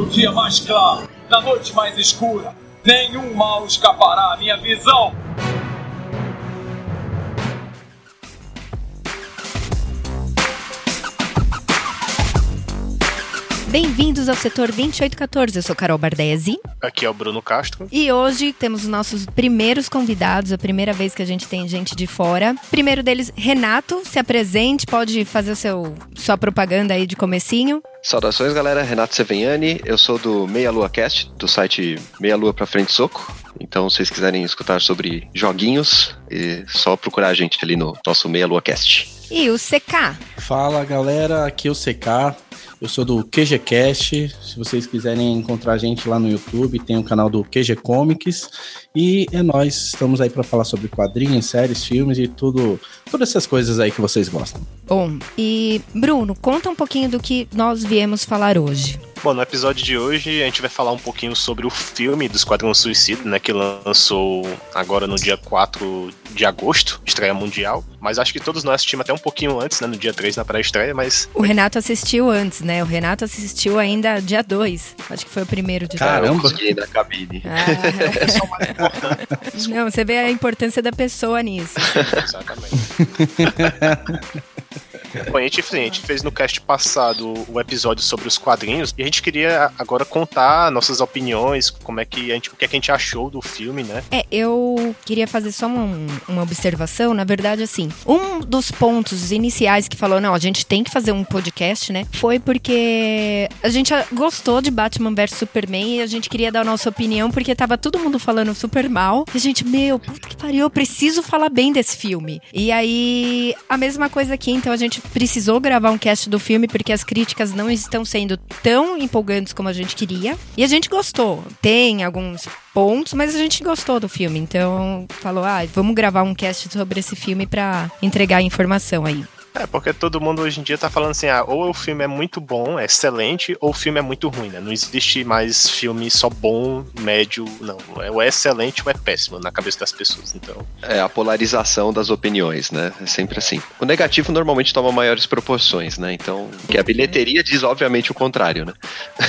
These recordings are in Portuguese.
No dia mais claro, na noite mais escura, nenhum mal escapará à minha visão. Bem-vindos ao Setor 2814, eu sou Carol Bardesi. Aqui é o Bruno Castro. E hoje temos os nossos primeiros convidados, a primeira vez que a gente tem gente de fora. Primeiro deles, Renato, se apresente, pode fazer sua propaganda aí de comecinho. Saudações, galera, Renato Seveniani, eu sou do Meia Lua Cast, do site Meia Lua Pra Frente Soco. Então, se vocês quiserem escutar sobre joguinhos, é só procurar a gente ali no nosso Meia Lua Cast. E o CK. Fala, galera, aqui é o CK. Eu sou do QGCast, se vocês quiserem encontrar a gente lá no YouTube, tem o canal do QG Comics. E é nóis, estamos aí para falar sobre quadrinhos, séries, filmes e todas essas coisas aí que vocês gostam. Bom, e Bruno, conta um pouquinho do que nós viemos falar hoje. Bom, no episódio de hoje a gente vai falar um pouquinho sobre o filme do Esquadrão Suicida, né, que lançou agora no dia 4 de agosto, estreia mundial. Mas acho que todos nós assistimos até um pouquinho antes, né, no dia 3 na pré-estreia, mas... O Renato assistiu antes, né? O Renato assistiu ainda dia 2. Acho que foi o primeiro de Caramba! Eu consegui na cabine. Não, você vê a importância da pessoa nisso. Exatamente. Bom, a gente fez no cast passado o episódio sobre os quadrinhos e a gente queria agora contar nossas opiniões, o que a gente achou do filme, né? Eu queria fazer só uma observação, na verdade, assim, um dos pontos iniciais que falou, não, a gente tem que fazer um podcast, né, foi porque a gente gostou de Batman vs Superman e a gente queria dar a nossa opinião porque tava todo mundo falando super mal e a gente, puta que pariu, eu preciso falar bem desse filme. E aí, a mesma coisa aqui, então a gente precisou gravar um cast do filme porque as críticas não estão sendo tão empolgantes como a gente queria. E a gente gostou. Tem alguns pontos, mas a gente gostou do filme. Então, falou, vamos gravar um cast sobre esse filme pra entregar a informação aí. Porque todo mundo hoje em dia tá falando assim, ou o filme é muito bom, é excelente, ou o filme é muito ruim, né? Não existe mais filme só bom, médio, não. Ou é excelente ou é péssimo na cabeça das pessoas, então... É a polarização das opiniões, né? É sempre assim. O negativo normalmente toma maiores proporções, né? Então, que a bilheteria diz, obviamente, o contrário, né?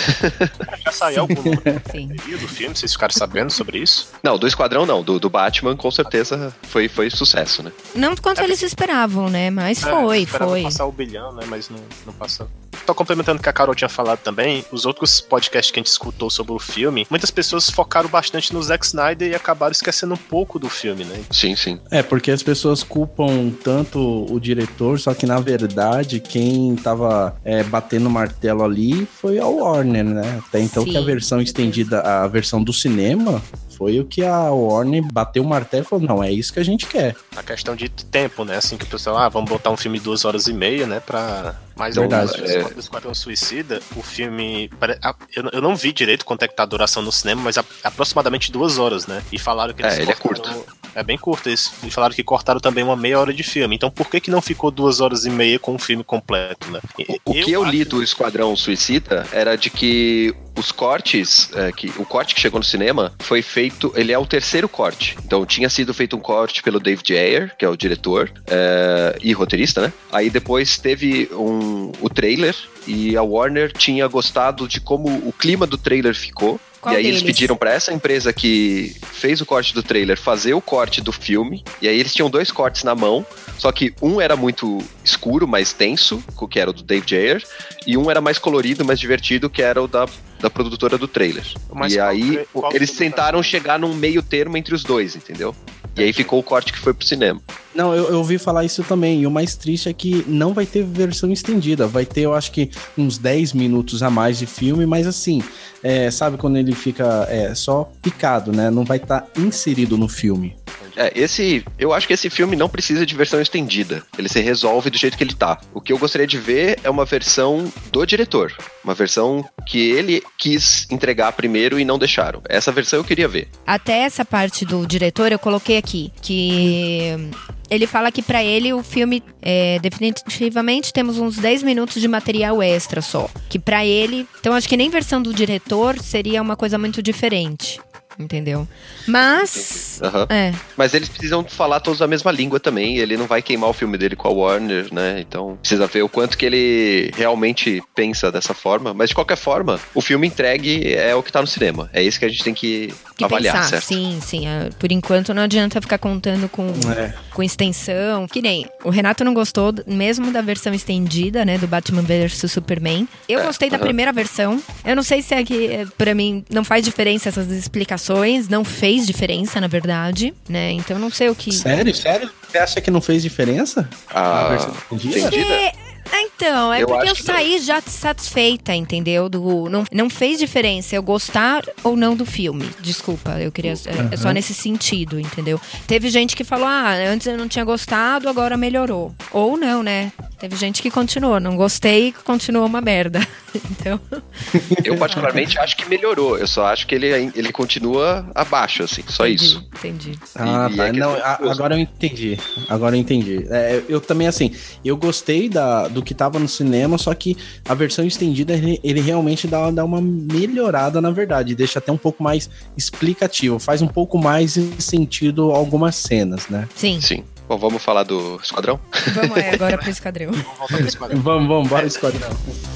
Já saiu algum bilheteria do filme? Vocês ficaram sabendo sobre isso? Não, do Esquadrão não. Do Batman, com certeza, foi sucesso, né? Não quanto eles esperavam, né? Mas foi. Esperava passar o bilhão, né? Mas não passou. Só complementando o que a Carol tinha falado também, os outros podcasts que a gente escutou sobre o filme, muitas pessoas focaram bastante no Zack Snyder e acabaram esquecendo um pouco do filme, né? Sim, sim. Porque as pessoas culpam tanto o diretor, só que na verdade quem tava batendo o martelo ali foi a Warner, né? Até então, sim, que a versão estendida, a versão do cinema, foi o que a Warner bateu o martelo e falou, não, é isso que a gente quer. A questão de tempo, né? Assim que o pessoal, vamos botar um filme de 2h30, né? Mas do Esquadrão Suicida, o filme... Eu não vi direito quanto é que tá a duração no cinema, mas aproximadamente 2 horas, né? E falaram que eles ele é curto. É bem curto. Eles falaram que cortaram também uma meia hora de filme. Então por que não ficou 2h30 com o filme completo, né? O que eu li do Esquadrão Suicida era de que os cortes, o corte que chegou no cinema foi feito, ele é o terceiro corte. Então tinha sido feito um corte pelo David Ayer, que é o diretor e roteirista, né? Aí depois teve o trailer e a Warner tinha gostado de como o clima do trailer ficou. Qual e aí deles? Eles pediram pra essa empresa que fez o corte do trailer fazer o corte do filme. E aí eles tinham 2 cortes na mão. Só que um era muito escuro, mais tenso, que era o do David Ayer. E um era mais colorido, mais divertido, que era o da produtora do trailer. Mas e aí eles tentaram chegar num meio termo entre os dois, entendeu? E aí ficou o corte que foi pro cinema. Não, eu ouvi falar isso também. E o mais triste é que não vai ter versão estendida. Vai ter, eu acho que, uns 10 minutos a mais de filme. Mas assim, sabe quando ele fica só picado, né? Não vai estar inserido no filme. Eu acho que esse filme não precisa de versão estendida. Ele se resolve do jeito que ele tá. O que eu gostaria de ver é uma versão do diretor. Uma versão que ele quis entregar primeiro e não deixaram. Essa versão eu queria ver. Até essa parte do diretor eu coloquei aqui, que ele fala que pra ele o filme, definitivamente temos uns 10 minutos de material extra só. Que pra ele, então acho que nem versão do diretor seria uma coisa muito diferente. entendeu? Mas... Mas eles precisam falar todos a mesma língua também, ele não vai queimar o filme dele com a Warner, né? Então precisa ver o quanto que ele realmente pensa dessa forma. Mas de qualquer forma, o filme entregue é o que tá no cinema. É isso que a gente tem que avaliar, pensar, certo? Sim. Por enquanto não adianta ficar contando com extensão. Que nem o Renato não gostou mesmo da versão estendida, né, do Batman vs Superman. Eu gostei da primeira versão. Eu não sei se é que pra mim não faz diferença essas explicações. Não fez diferença, na verdade, né? Então não sei o que... Sério? Você acha que não fez diferença? A versão estendida? Então, porque eu saí já satisfeita, entendeu? Não fez diferença eu gostar ou não do filme. Desculpa, eu queria... É só nesse sentido, entendeu? Teve gente que falou, antes eu não tinha gostado, agora melhorou. Ou não, né? Teve gente que continuou, não gostei, continuou uma merda. Então... Eu particularmente acho que melhorou. Eu só acho que ele continua abaixo, assim. Só isso. Entendi. Agora eu entendi. Eu também, assim, eu gostei do que tava no cinema, só que a versão estendida, ele realmente dá uma melhorada, na verdade. Deixa até um pouco mais explicativo. Faz um pouco mais sentido algumas cenas, né? Sim. Bom, vamos falar do Esquadrão? Vamos agora pro Esquadrão. Vamos voltar pro Esquadrão. Vamos, bora Esquadrão.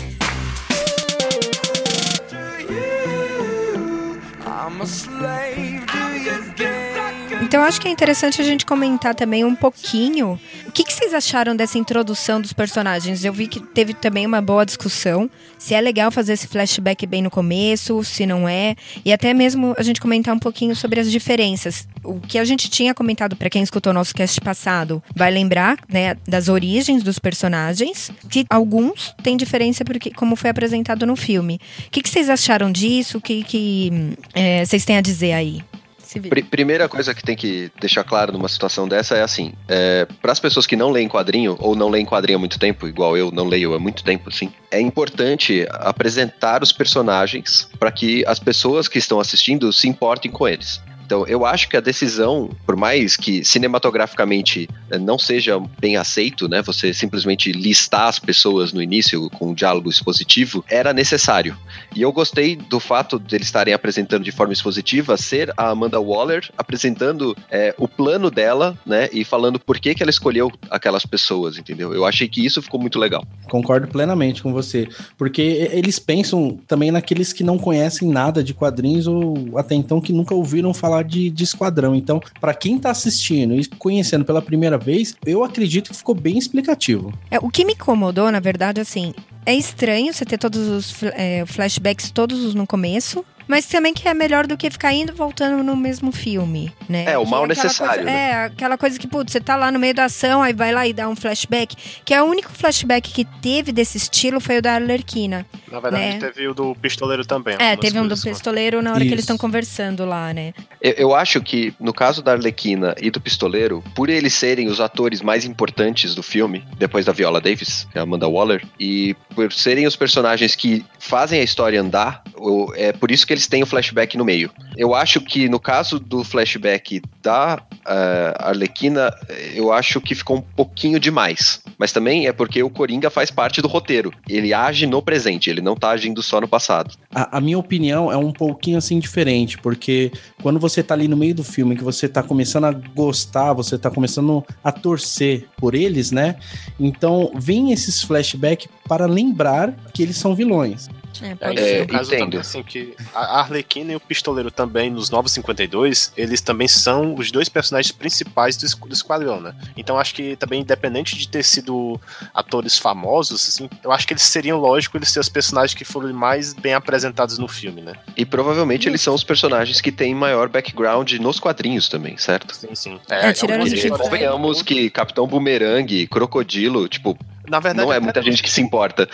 Então acho que é interessante a gente comentar também um pouquinho o que vocês acharam dessa introdução dos personagens. Eu vi que teve também uma boa discussão, se é legal fazer esse flashback bem no começo, se não é, e até mesmo a gente comentar um pouquinho sobre as diferenças. O que a gente tinha comentado, para quem escutou o nosso cast passado, vai lembrar, né, das origens dos personagens, que alguns têm diferença porque como foi apresentado no filme. O que vocês acharam disso? O que vocês têm a dizer aí? Primeira coisa que tem que deixar claro numa situação dessa é assim, para as pessoas que não leem quadrinho, ou não leem quadrinho há muito tempo, igual eu não leio há muito tempo, assim, é importante apresentar os personagens para que as pessoas que estão assistindo se importem com eles. Então, eu acho que a decisão, por mais que cinematograficamente não seja bem aceito, né, você simplesmente listar as pessoas no início com um diálogo expositivo, era necessário. E eu gostei do fato de eles estarem apresentando de forma expositiva, ser a Amanda Waller apresentando o plano dela, né, e falando por que ela escolheu aquelas pessoas, entendeu? Eu achei que isso ficou muito legal. Concordo plenamente com você, porque eles pensam também naqueles que não conhecem nada de quadrinhos ou até então que nunca ouviram falar de Esquadrão. Então, pra quem tá assistindo e conhecendo pela primeira vez, eu acredito que ficou bem explicativo. O que me incomodou, na verdade, assim, é estranho você ter todos os flashbacks todos no começo, mas também que é melhor do que ficar indo e voltando no mesmo filme, né? O mal necessário, né? Aquela coisa que, putz, você tá lá no meio da ação, aí vai lá e dá um flashback, que é o único flashback que teve desse estilo foi o da Arlequina. Na verdade, teve o do pistoleiro também. Teve um do pistoleiro na hora que eles estão conversando lá, né? Eu acho que, no caso da Arlequina e do pistoleiro, por eles serem os atores mais importantes do filme, depois da Viola Davis, que é a Amanda Waller, e por serem os personagens que fazem a história andar, é por isso que eles têm o flashback no meio. Eu acho que no caso do flashback da Arlequina, eu acho que ficou um pouquinho demais. Mas também é porque o Coringa faz parte do roteiro. Ele age no presente, ele não tá agindo só no passado. A minha opinião é um pouquinho assim diferente, porque quando você tá ali no meio do filme, que você tá começando a gostar, você tá começando a torcer por eles, né? Então vem esses flashbacks para lembrar que eles são vilões. No caso também, assim, que a Arlequina e o Pistoleiro também, nos Novos 52, eles também são os dois personagens principais do Esquadrão, né? Então acho que também, independente de ter sido atores famosos, assim, eu acho que eles seriam, lógico, eles ser os personagens que foram mais bem apresentados no filme, né? E provavelmente eles são os personagens que têm maior background nos quadrinhos também, certo? Sim. Tirando convenhamos que Capitão Boomerang, Crocodilo, tipo, na verdade, não é muita gente que se importa.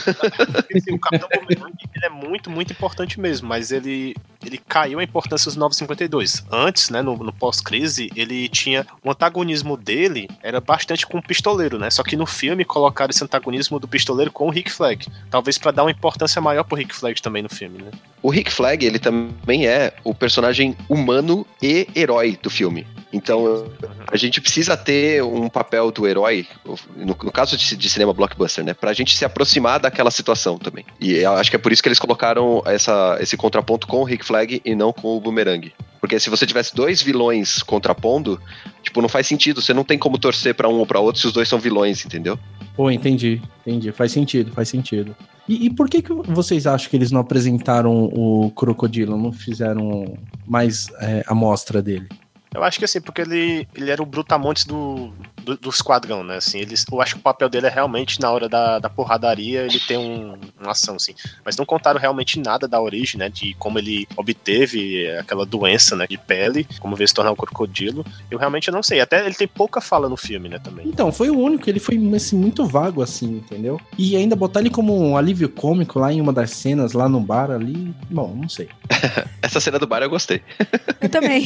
O Capitão Boomerang, ele é muito, muito importante mesmo, mas ele caiu a importância dos 952. Antes, né, no pós-crise, ele tinha... O antagonismo dele era bastante com o Pistoleiro, né? Só que no filme colocaram esse antagonismo do Pistoleiro com o Rick Flag. Talvez pra dar uma importância maior pro Rick Flag também no filme, né? O Rick Flag, ele também é o personagem humano e herói do filme. Então, a gente precisa ter um papel do herói, no caso de de cinema blockbuster, né? Pra gente se aproximar daquela situação também. E eu acho que é por isso que eles colocaram esse contraponto com o Rick Flag e não com o Boomerang. Porque se você tivesse 2 vilões contrapondo, tipo, não faz sentido. Você não tem como torcer pra um ou pra outro se os 2 são vilões, entendeu? Pô, entendi. Faz sentido. E por que vocês acham que eles não apresentaram o Crocodilo? Não fizeram mais amostra dele? Eu acho que assim, porque ele era o brutamontes do esquadrão, né? Assim, eu acho que o papel dele é realmente na hora da porradaria, ele tem uma ação, assim. Mas não contaram realmente nada da origem, né? De como ele obteve aquela doença, né? De pele, como veio se tornar um crocodilo. Eu realmente não sei. Até ele tem pouca fala no filme, né? Também. Então, foi o único. Ele foi assim, muito vago, assim, entendeu? E ainda botar ele como um alívio cômico lá em uma das cenas, lá no bar ali. Bom, não sei. Essa cena do bar eu gostei. Eu também.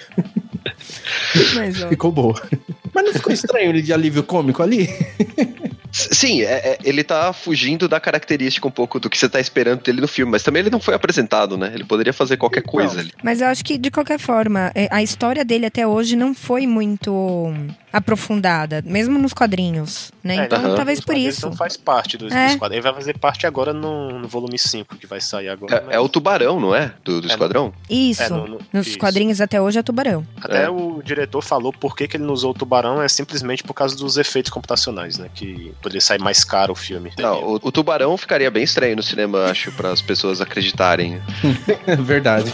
Mas, ficou boa. Mas não ficou estranho ele de alívio cômico ali? Sim, ele tá fugindo da característica um pouco do que você tá esperando dele no filme, mas também ele não foi apresentado, né? Ele poderia fazer qualquer coisa ali. Mas eu acho que, de qualquer forma, a história dele até hoje não foi muito aprofundada, mesmo nos quadrinhos, né? Então, talvez por isso. Então faz parte dos quadrinhos. Ele vai fazer parte agora no volume 5, que vai sair agora. É o Tubarão, não é? Do Esquadrão? Isso. Nos quadrinhos até hoje é Tubarão. Até o diretor falou por que ele não usou o Tubarão, é simplesmente por causa dos efeitos computacionais, né? Que poderia sair mais caro o filme. Não, o Tubarão ficaria bem estranho no cinema, acho, para as pessoas acreditarem. Verdade.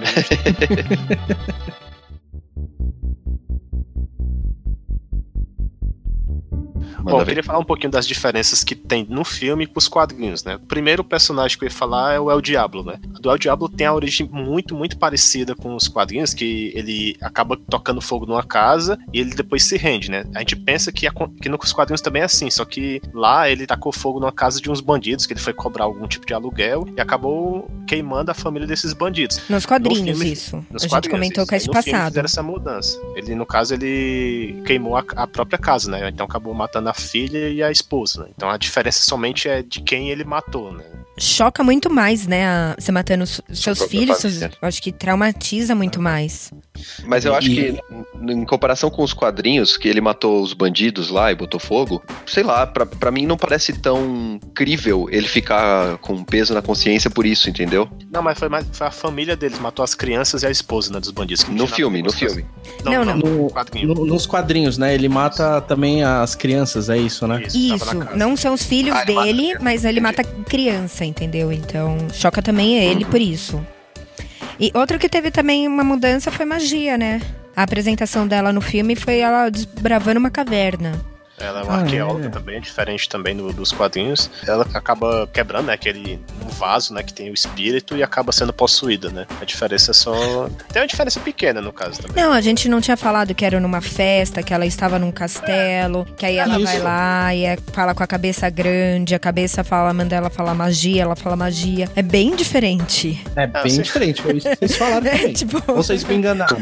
Bom, eu queria falar um pouquinho das diferenças que tem no filme e pros quadrinhos, né? O primeiro personagem que eu ia falar é o El Diablo, né? Do El Diablo tem a origem muito, muito parecida com os quadrinhos, que ele acaba tocando fogo numa casa e ele depois se rende, né? A gente pensa que nos quadrinhos também é assim, só que lá ele tacou fogo numa casa de uns bandidos, que ele foi cobrar algum tipo de aluguel e acabou queimando a família desses bandidos. Nos quadrinhos, isso. A gente comentou que é passado. Fizeram essa mudança. Ele, no caso, ele queimou a própria casa, né? Então acabou matando a filha e a esposa, né? Então a diferença somente é de quem ele matou, né? Choca muito mais, né? Você matando seus filhos, eu acho que traumatiza muito mais. Mas eu acho que, em comparação com os quadrinhos, que ele matou os bandidos lá e botou fogo, sei lá, pra mim não parece tão crível ele ficar com peso na consciência por isso, entendeu? Não, mas foi a família deles, matou as crianças e a esposa, né, dos bandidos. No filme. Não. Nos quadrinhos, né? Ele mata também as crianças, é isso, né? Isso, não são os filhos dele, mas ele mata criança, entendeu? Então, choca também ele por isso. E outro que teve também uma mudança foi magia, né? A apresentação dela no filme foi ela desbravando uma caverna. Ela é uma arqueóloga também, diferente também dos quadrinhos. Ela acaba quebrando, né, aquele vaso, né, que tem o espírito e acaba ssendo possuída, né? A diferença é só... Tem uma diferença pequena no caso também. Não, a gente não tinha falado que era numa festa, que ela estava num castelo, que aí ela vai lá e fala com a cabeça grande, a cabeça manda ela falar magia, ela fala magia. É bem diferente. É bem diferente, foi isso que vocês falaram também. Tipo... Vocês me enganaram.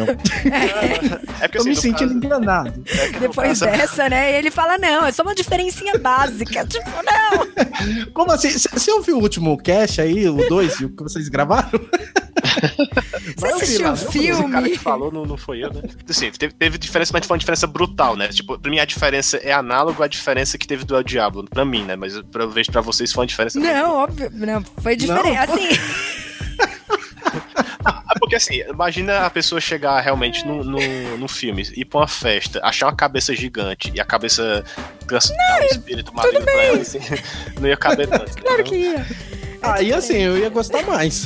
É porque, eu me sentindo enganado. Depois dessa, né, ele fala, não, é só uma diferencinha básica. Tipo, não. Como assim? Você ouviu o último cast aí, o 2, que vocês gravaram? Você assistiu o filme? O cara que falou não foi eu, né? Assim, teve diferença, mas foi uma diferença brutal, né? Tipo, pra mim a diferença é análoga à diferença que teve do El Diablo. Pra mim, né? Mas eu vejo pra vocês foi uma diferença... Não, óbvio. Não, foi diferente. Assim... Porque assim, imagina a pessoa chegar realmente no filme, ir pra uma festa, achar uma cabeça gigante e a cabeça transformar um espírito maligno pra ela, assim, não ia caber tanto. Claro que ia. Aí assim, eu ia gostar mais.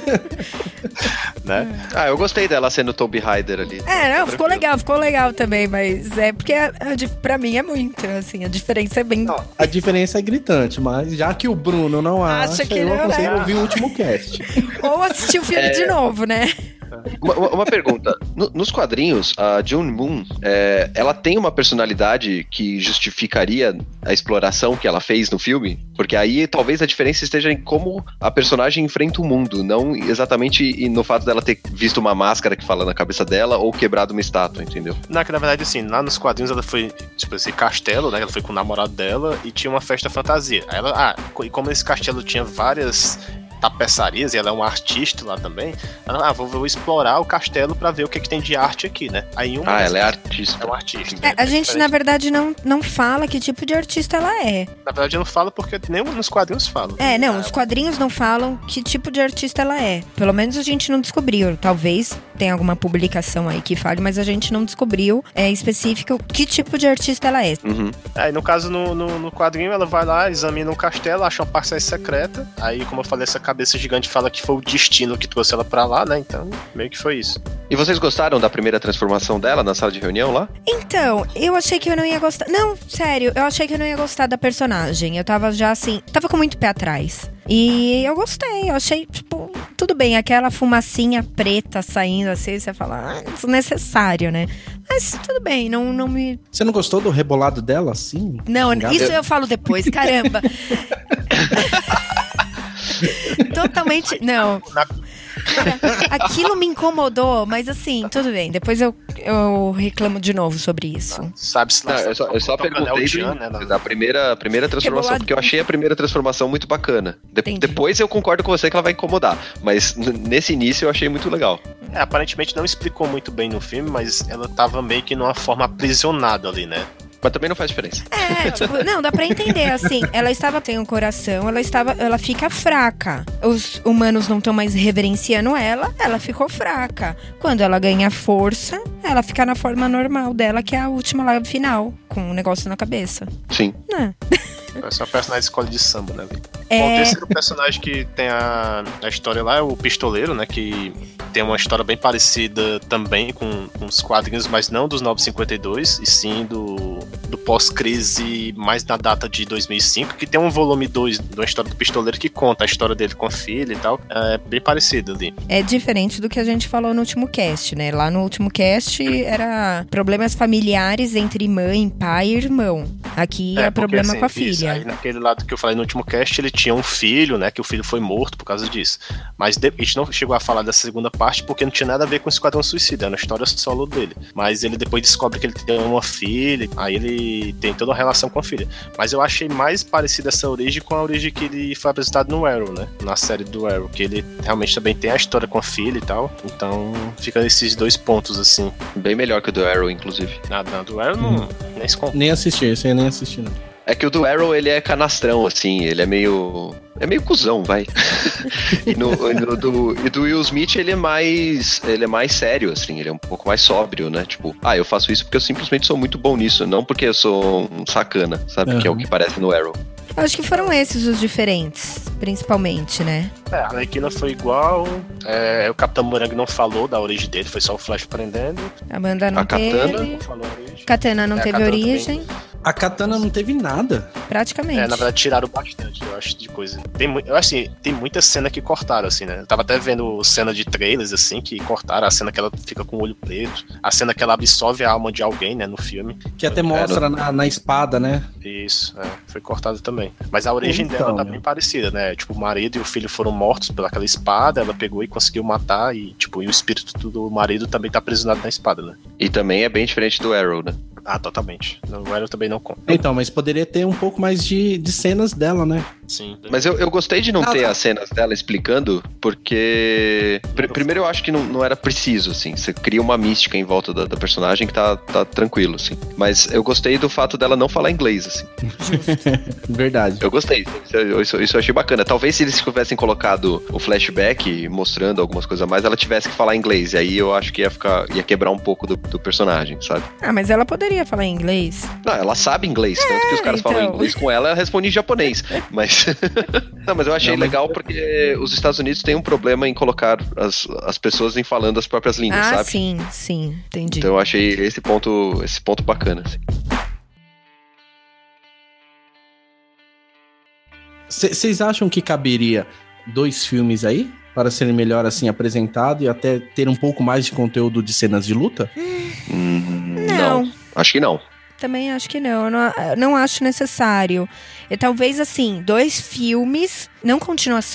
Né? Eu gostei dela sendo Tomb Raider ali. Não, ficou legal também, mas é porque pra mim é muito, assim, a diferença é bem... Não, a diferença é gritante, mas já que o Bruno não acha que eu não consigo ouvir o último cast. Ou assistir o filme de novo, né? Uma pergunta. Nos quadrinhos, a June Moon, ela tem uma personalidade que justificaria a exploração que ela fez no filme? Porque aí talvez a diferença esteja em como a personagem enfrenta o mundo, não exatamente no fato dela ter visto uma máscara que fala na cabeça dela ou quebrado uma estátua, entendeu? Não, que na verdade, assim, lá nos quadrinhos ela foi, tipo, esse castelo, né? Ela foi com o namorado dela e tinha uma festa fantasia. Aí ela, e como esse castelo tinha várias tapeçarias, e ela é uma artista lá também. Ela, vou explorar o castelo pra ver o que tem de arte aqui, né? Aí ela é artista. É uma artista. A gente, na verdade, não fala que tipo de artista ela é. Na verdade, não fala porque nem nos quadrinhos falam. Os quadrinhos não falam que tipo de artista ela é. Pelo menos a gente não descobriu. Talvez tenha alguma publicação aí que fale, mas a gente não descobriu específico que tipo de artista ela é. Uhum. Aí, no caso, no quadrinho, ela vai lá, examina um castelo, acha uma passagem secreta. Aí, como eu falei, essa cabeça gigante fala que foi o destino que trouxe ela pra lá, né? Então, meio que foi isso. E vocês gostaram da primeira transformação dela na sala de reunião lá? Então, eu achei que eu não ia gostar. Não, sério, eu achei que eu não ia gostar da personagem. Eu tava já assim, tava com muito pé atrás. E eu gostei, eu achei, tipo, tudo bem, aquela fumacinha preta saindo assim, você fala, desnecessário, né? Mas tudo bem, não me... Você não gostou do rebolado dela, assim? Não, isso eu falo depois, caramba. Totalmente, não. Cara, aquilo me incomodou, mas assim, tudo bem. Depois eu reclamo de novo sobre isso. Sabe se eu só perguntei da primeira transformação, porque eu achei a primeira transformação muito bacana. Depois eu concordo com você que ela vai incomodar, mas nesse início eu achei muito legal. Aparentemente não explicou muito bem no filme, mas ela tava meio que numa forma aprisionada ali, né? Mas também não faz diferença. Não, dá pra entender, assim, ela estava sem um coração, ela fica fraca. Os humanos não estão mais reverenciando ela ficou fraca. Quando ela ganha força, ela fica na forma normal dela, que é a última lá final, com um negócio na cabeça. Sim. Esse é um personagem de escola de samba, né, velho? Bom, o terceiro personagem que tem a história lá é o Pistoleiro, né? Que tem uma história bem parecida também com os quadrinhos, mas não dos 952, e sim do pós-crise, mais na data de 2005, que tem um volume 2 da história do Pistoleiro que conta a história dele com a filha e tal. É bem parecido ali. É diferente do que a gente falou no último cast, né? Lá no último cast era problemas familiares entre mãe, pai e irmão. Aqui é problema assim, com a filha. Isso, aí naquele lado que eu falei no último cast, ele tinha um filho, né? Que o filho foi morto por causa disso. Mas a gente não chegou a falar dessa segunda parte porque não tinha nada a ver com o Esquadrão Suicida, era uma história solo dele. Mas ele depois descobre que ele tem uma filha, aí ele tem toda a relação com a filha. Mas eu achei mais parecida essa origem com a origem que ele foi apresentado no Arrow, né? Na série do Arrow, que ele realmente também tem a história com a filha e tal. Então fica nesses dois pontos, assim. Bem melhor que o do Arrow, inclusive. Nada, do Arrow não, nem se compra. Nem assisti, esse aí nem assisti, não. É que o do Arrow, ele é canastrão, assim, ele é meio cuzão, vai. E do Will Smith, ele é mais sério, assim, ele é um pouco mais sóbrio, né? Tipo, eu faço isso porque eu simplesmente sou muito bom nisso, não porque eu sou um sacana, sabe? Uhum. Que é o que parece no Arrow. Acho que foram esses os diferentes, principalmente, né? A Arlequina foi igual, o Capitão Morango não falou da origem dele, foi só o Flash prendendo. Amanda não teve. Katana não falou a origem. Katana não teve origem. Também. A Katana não teve nada. Praticamente. Na verdade, tiraram bastante, eu acho, de coisa. Tem muita cena que cortaram, assim, né? Eu tava até vendo cena de trailers, assim, que cortaram a cena que ela fica com o olho preto, a cena que ela absorve a alma de alguém, né, no filme. Que até mostra na espada, né? Isso, foi cortado também. Mas a origem dela tá bem parecida, né? Tipo, o marido e o filho foram mortos pelaquela espada, ela pegou e conseguiu matar, e, tipo, e o espírito do marido também tá aprisionado na espada, né? E também é bem diferente do Arrow, né? Totalmente. O Arrow também não conta. Então, mas poderia ter um pouco mais de cenas dela, né? Sim. Mas eu gostei de não ter as cenas dela explicando, porque... Primeiro eu acho que não era preciso, assim. Você cria uma mística em volta da personagem que tá tranquilo, assim. Mas eu gostei do fato dela não falar inglês, assim. Verdade. Eu gostei. Isso eu achei bacana. Talvez se eles tivessem colocado o flashback mostrando algumas coisas a mais, ela tivesse que falar inglês. E aí eu acho que ia quebrar um pouco do personagem, sabe? Mas ela poderia falar inglês. Não, ela sabe inglês. Tanto que os caras falam inglês com ela responde em japonês. Mas... Não, mas eu achei legal porque os Estados Unidos têm um problema em colocar as pessoas em falando as próprias línguas, sabe? Sim, entendi. Então eu achei esse ponto bacana, assim. Vocês acham que caberia 2 filmes aí? Para serem melhor assim apresentado e até ter um pouco mais de conteúdo de cenas de luta? Não. Acho que não. Também acho que não. Eu não acho necessário. E talvez, assim, 2 filmes, não continuação,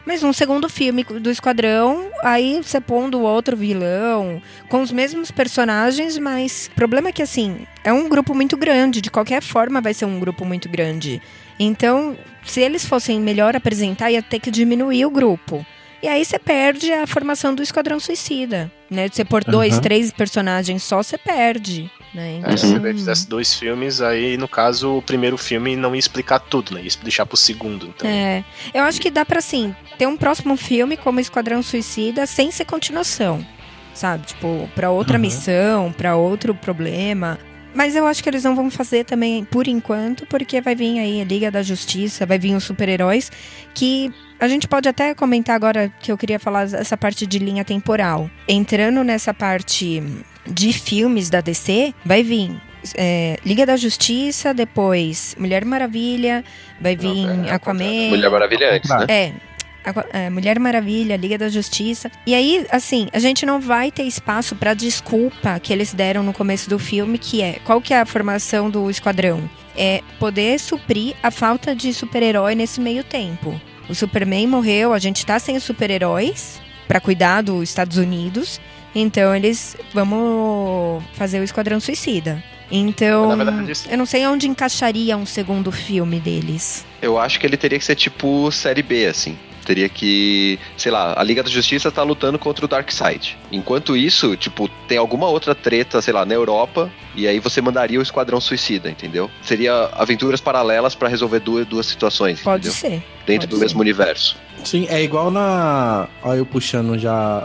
Mas um segundo filme do Esquadrão, aí você pondo outro vilão, com os mesmos personagens, mas o problema é que, assim, é um grupo muito grande. De qualquer forma vai ser um grupo muito grande. Então, se eles fossem melhor apresentar, ia ter que diminuir o grupo. E aí você perde a formação do Esquadrão Suicida, né? Você pôr 2, 3 personagens só, você perde, né? Então... Se você fizesse 2 filmes, aí no caso o primeiro filme não ia explicar tudo, né? Ia deixar pro segundo, então... eu acho que dá pra, assim, ter um próximo filme como Esquadrão Suicida sem ser continuação, sabe? Tipo, pra outra missão, pra outro problema... Mas eu acho que eles não vão fazer também, por enquanto, porque vai vir aí a Liga da Justiça, vai vir os super-heróis, que a gente pode até comentar agora, que eu queria falar essa parte de linha temporal. Entrando nessa parte de filmes da DC, vai vir Liga da Justiça, depois Mulher Maravilha, vai vir Aquaman... Mulher Maravilha antes, né? Mulher Maravilha, Liga da Justiça. E aí, assim, a gente não vai ter espaço pra desculpa que eles deram no começo do filme, que é... Qual que é a formação do Esquadrão? É poder suprir a falta de super-herói nesse meio tempo. O Superman morreu, a gente tá sem os super-heróis pra cuidar dos Estados Unidos. Então, vamos fazer o Esquadrão Suicida. Então, eu não sei onde encaixaria um segundo filme deles. Eu acho que ele teria que ser tipo série B, assim. Teria que, sei lá, a Liga da Justiça tá lutando contra o Darkseid. Enquanto isso, tipo, tem alguma outra treta, sei lá, na Europa, e aí você mandaria o Esquadrão Suicida, entendeu? Seria aventuras paralelas pra resolver duas situações, Pode entendeu? ser. Dentro do mesmo universo. Sim, é igual na... Olha eu puxando já...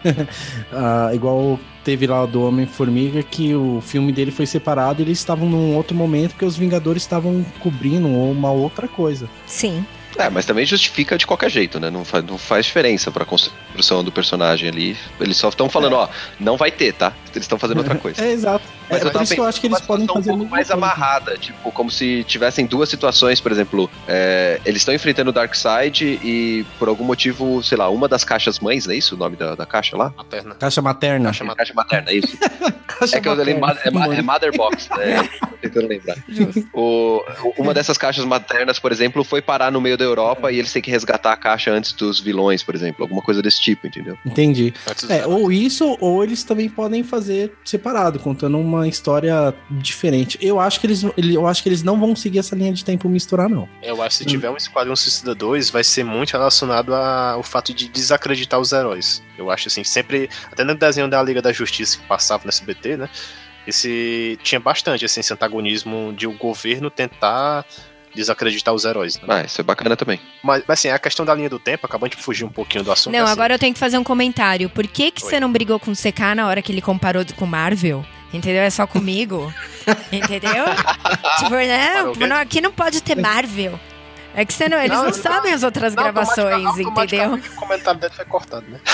igual teve lá do Homem-Formiga, que o filme dele foi separado e eles estavam num outro momento porque os Vingadores estavam cobrindo uma outra coisa. Sim. Mas também justifica de qualquer jeito, né? Não faz diferença pra construção do personagem ali. Eles só estão falando, não vai ter, tá? Eles estão fazendo outra coisa. Exato. Mas por isso que eu acho que eles podem fazer um pouco mais amarrada, tipo, como se tivessem duas situações, por exemplo, eles estão enfrentando o Darkseid e por algum motivo, sei lá, uma das caixas mães, não é isso o nome da caixa lá? Materna. Caixa materna. Caixa materna, é isso. Que eu falei, é Mother Box, né? Tô tentando lembrar. Uma dessas caixas maternas, por exemplo, foi parar no meio da Europa e eles têm que resgatar a caixa antes dos vilões, por exemplo. Alguma coisa desse tipo, entendeu? Entendi. Ou isso, ou eles também podem fazer separado, contando uma história diferente. Eu acho que eles não vão seguir essa linha de tempo misturar, não. Eu acho que se tiver um Esquadrão Suicida 2, vai ser muito relacionado ao fato de desacreditar os heróis. Eu acho assim, sempre, até no desenho da Liga da Justiça que passava no SBT, né? Tinha bastante esse antagonismo de o governo tentar desacreditar os heróis. Né? Isso é bacana também. Mas assim, a questão da linha do tempo, acabando de fugir um pouquinho do assunto. Não, assim, agora eu tenho que fazer um comentário. Por que você não brigou com o CK na hora que ele comparou com Marvel? Entendeu? É só comigo. Entendeu? Tipo, não, aqui não pode ter Marvel. É que eles não sabem as outras gravações, entendeu? O comentário dele foi cortado, né?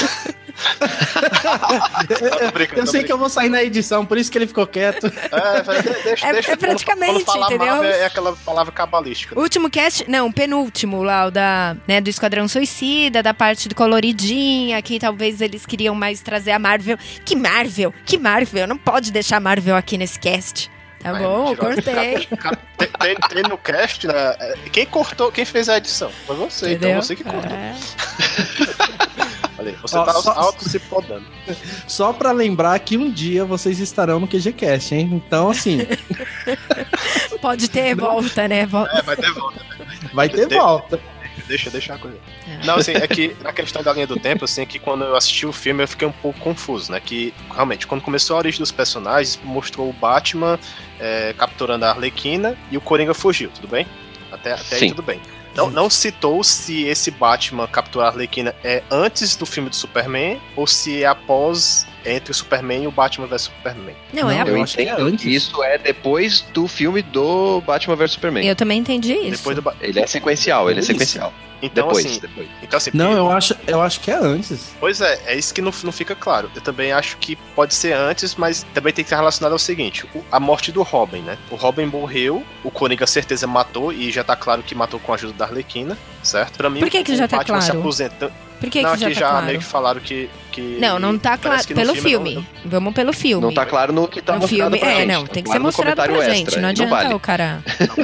Eu sei que eu vou sair na edição, por isso que ele ficou quieto. Deixa praticamente, quando entendeu? Marvel, é aquela palavra cabalística. Né? Último cast, não, penúltimo lá, o do Esquadrão Suicida, da parte do coloridinha, que talvez eles queriam mais trazer a Marvel. Que Marvel? Não pode deixar a Marvel aqui nesse cast. Tá bom, cortei. Tem no cast, né? Quem fez a edição? Foi você, entendeu? Então você que cortou. Olha, você tá auto se podando. Só pra lembrar que um dia vocês estarão no QGCast, hein? Então, assim... Pode ter volta, né? Vai ter volta. Vai ter volta. Deixa a coisa. Não, assim, é que na questão da linha do tempo, assim, é que quando eu assisti o filme eu fiquei um pouco confuso, né? Que, realmente, quando começou a origem dos personagens, mostrou o Batman capturando a Arlequina e o Coringa fugiu, tudo bem? Até aí tudo bem. Não citou se esse Batman capturar a Arlequina é antes do filme do Superman ou se é após, entre o Superman e o Batman vs Superman. Não, eu entendo que isso é depois do filme do Batman vs Superman. Eu também entendi isso. Ele é sequencial, Então, depois. Não, eu acho que é antes. Pois é isso que não fica claro. Eu também acho que pode ser antes, mas também tem que estar relacionado ao seguinte: a morte do Robin, né? O Robin morreu, o Coringa certeza matou, e já tá claro que matou com a ajuda da Arlequina, certo? Pra mim, por que já tá Batman claro? Se aposenta... Por que não, que já aqui tá já claro? meio que falaram que... Não tá claro. Pelo filme. Vamos pelo filme. Não tá claro no que tá no mostrado filme. pra gente. Não, tem que ser mostrado pra gente. Não adianta o cara...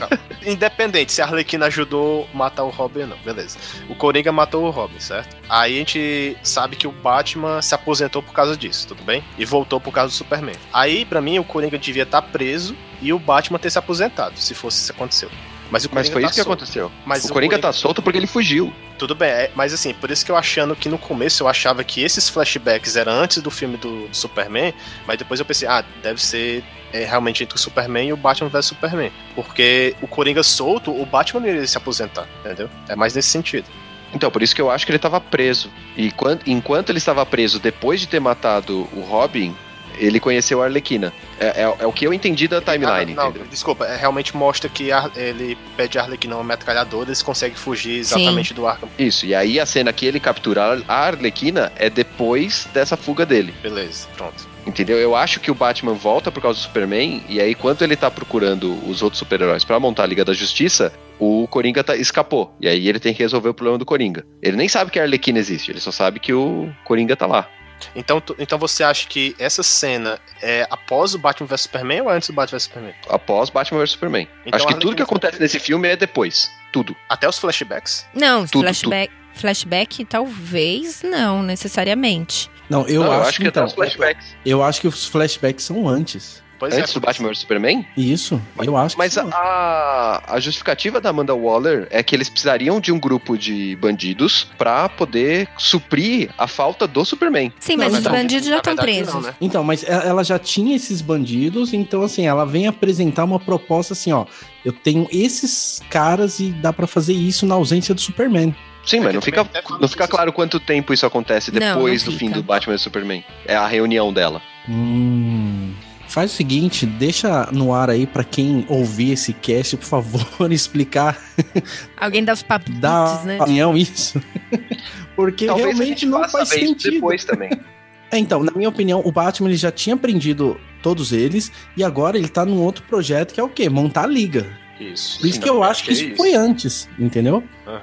independente se a Arlequina ajudou a matar o Robin ou não, beleza. O Coringa matou o Robin, certo? Aí a gente sabe que o Batman se aposentou por causa disso, tudo bem? E voltou por causa do Superman. Aí, pra mim, o Coringa devia estar preso e o Batman ter se aposentado, se fosse isso que aconteceu. Mas foi isso que aconteceu. Mas o Coringa tá solto porque ele fugiu. Tudo bem, mas assim, por isso que eu achando que no começo eu achava que esses flashbacks eram antes do filme do Superman, mas depois eu pensei, deve ser realmente entre o Superman e o Batman vs Superman. Porque o Coringa solto, o Batman não iria se aposentar, entendeu? É mais nesse sentido. Então, por isso que eu acho que ele tava preso. E enquanto ele estava preso, depois de ter matado o Robin, ele conheceu a Arlequina. É o que eu entendi da timeline. Não, desculpa, realmente mostra que ele pede a Arlequina uma metralhadora, eles conseguem fugir exatamente do Arkham. Isso, e aí a cena que ele captura a Arlequina é depois dessa fuga dele. Beleza, pronto. Entendeu? Eu acho que o Batman volta por causa do Superman, e aí quando ele tá procurando os outros super-heróis pra montar a Liga da Justiça, o Coringa escapou. E aí ele tem que resolver o problema do Coringa. Ele nem sabe que a Arlequina existe, ele só sabe que o Coringa tá lá. Então você acha que essa cena é após o Batman vs Superman ou antes do Batman vs Superman? Após Batman vs Superman. Então, acho que tudo que acontece nesse filme é depois. Tudo. Até os flashbacks? Não, flashback talvez não, necessariamente. Não, eu acho que até os flashbacks. Eu acho que os flashbacks são antes. Antes do Batman vs Superman? Isso, eu acho que mas a justificativa da Amanda Waller é que eles precisariam de um grupo de bandidos pra poder suprir a falta do Superman. Sim, mas os bandidos já estão presos. Não, né? Então, mas ela já tinha esses bandidos, então assim, ela vem apresentar uma proposta assim, ó, eu tenho esses caras e dá pra fazer isso na ausência do Superman. Sim, mas não fica claro quanto tempo isso acontece depois do fim do Batman e Superman. É a reunião dela. Faz o seguinte, deixa no ar aí pra quem ouvir esse cast, por favor, explicar. Alguém dá os palpites, né? Isso. Porque talvez realmente não faz sentido. Depois também. Então, na minha opinião, o Batman ele já tinha prendido todos eles e agora ele tá num outro projeto que é o quê? Montar a Liga. Isso. Por isso que eu acho que isso foi antes, entendeu?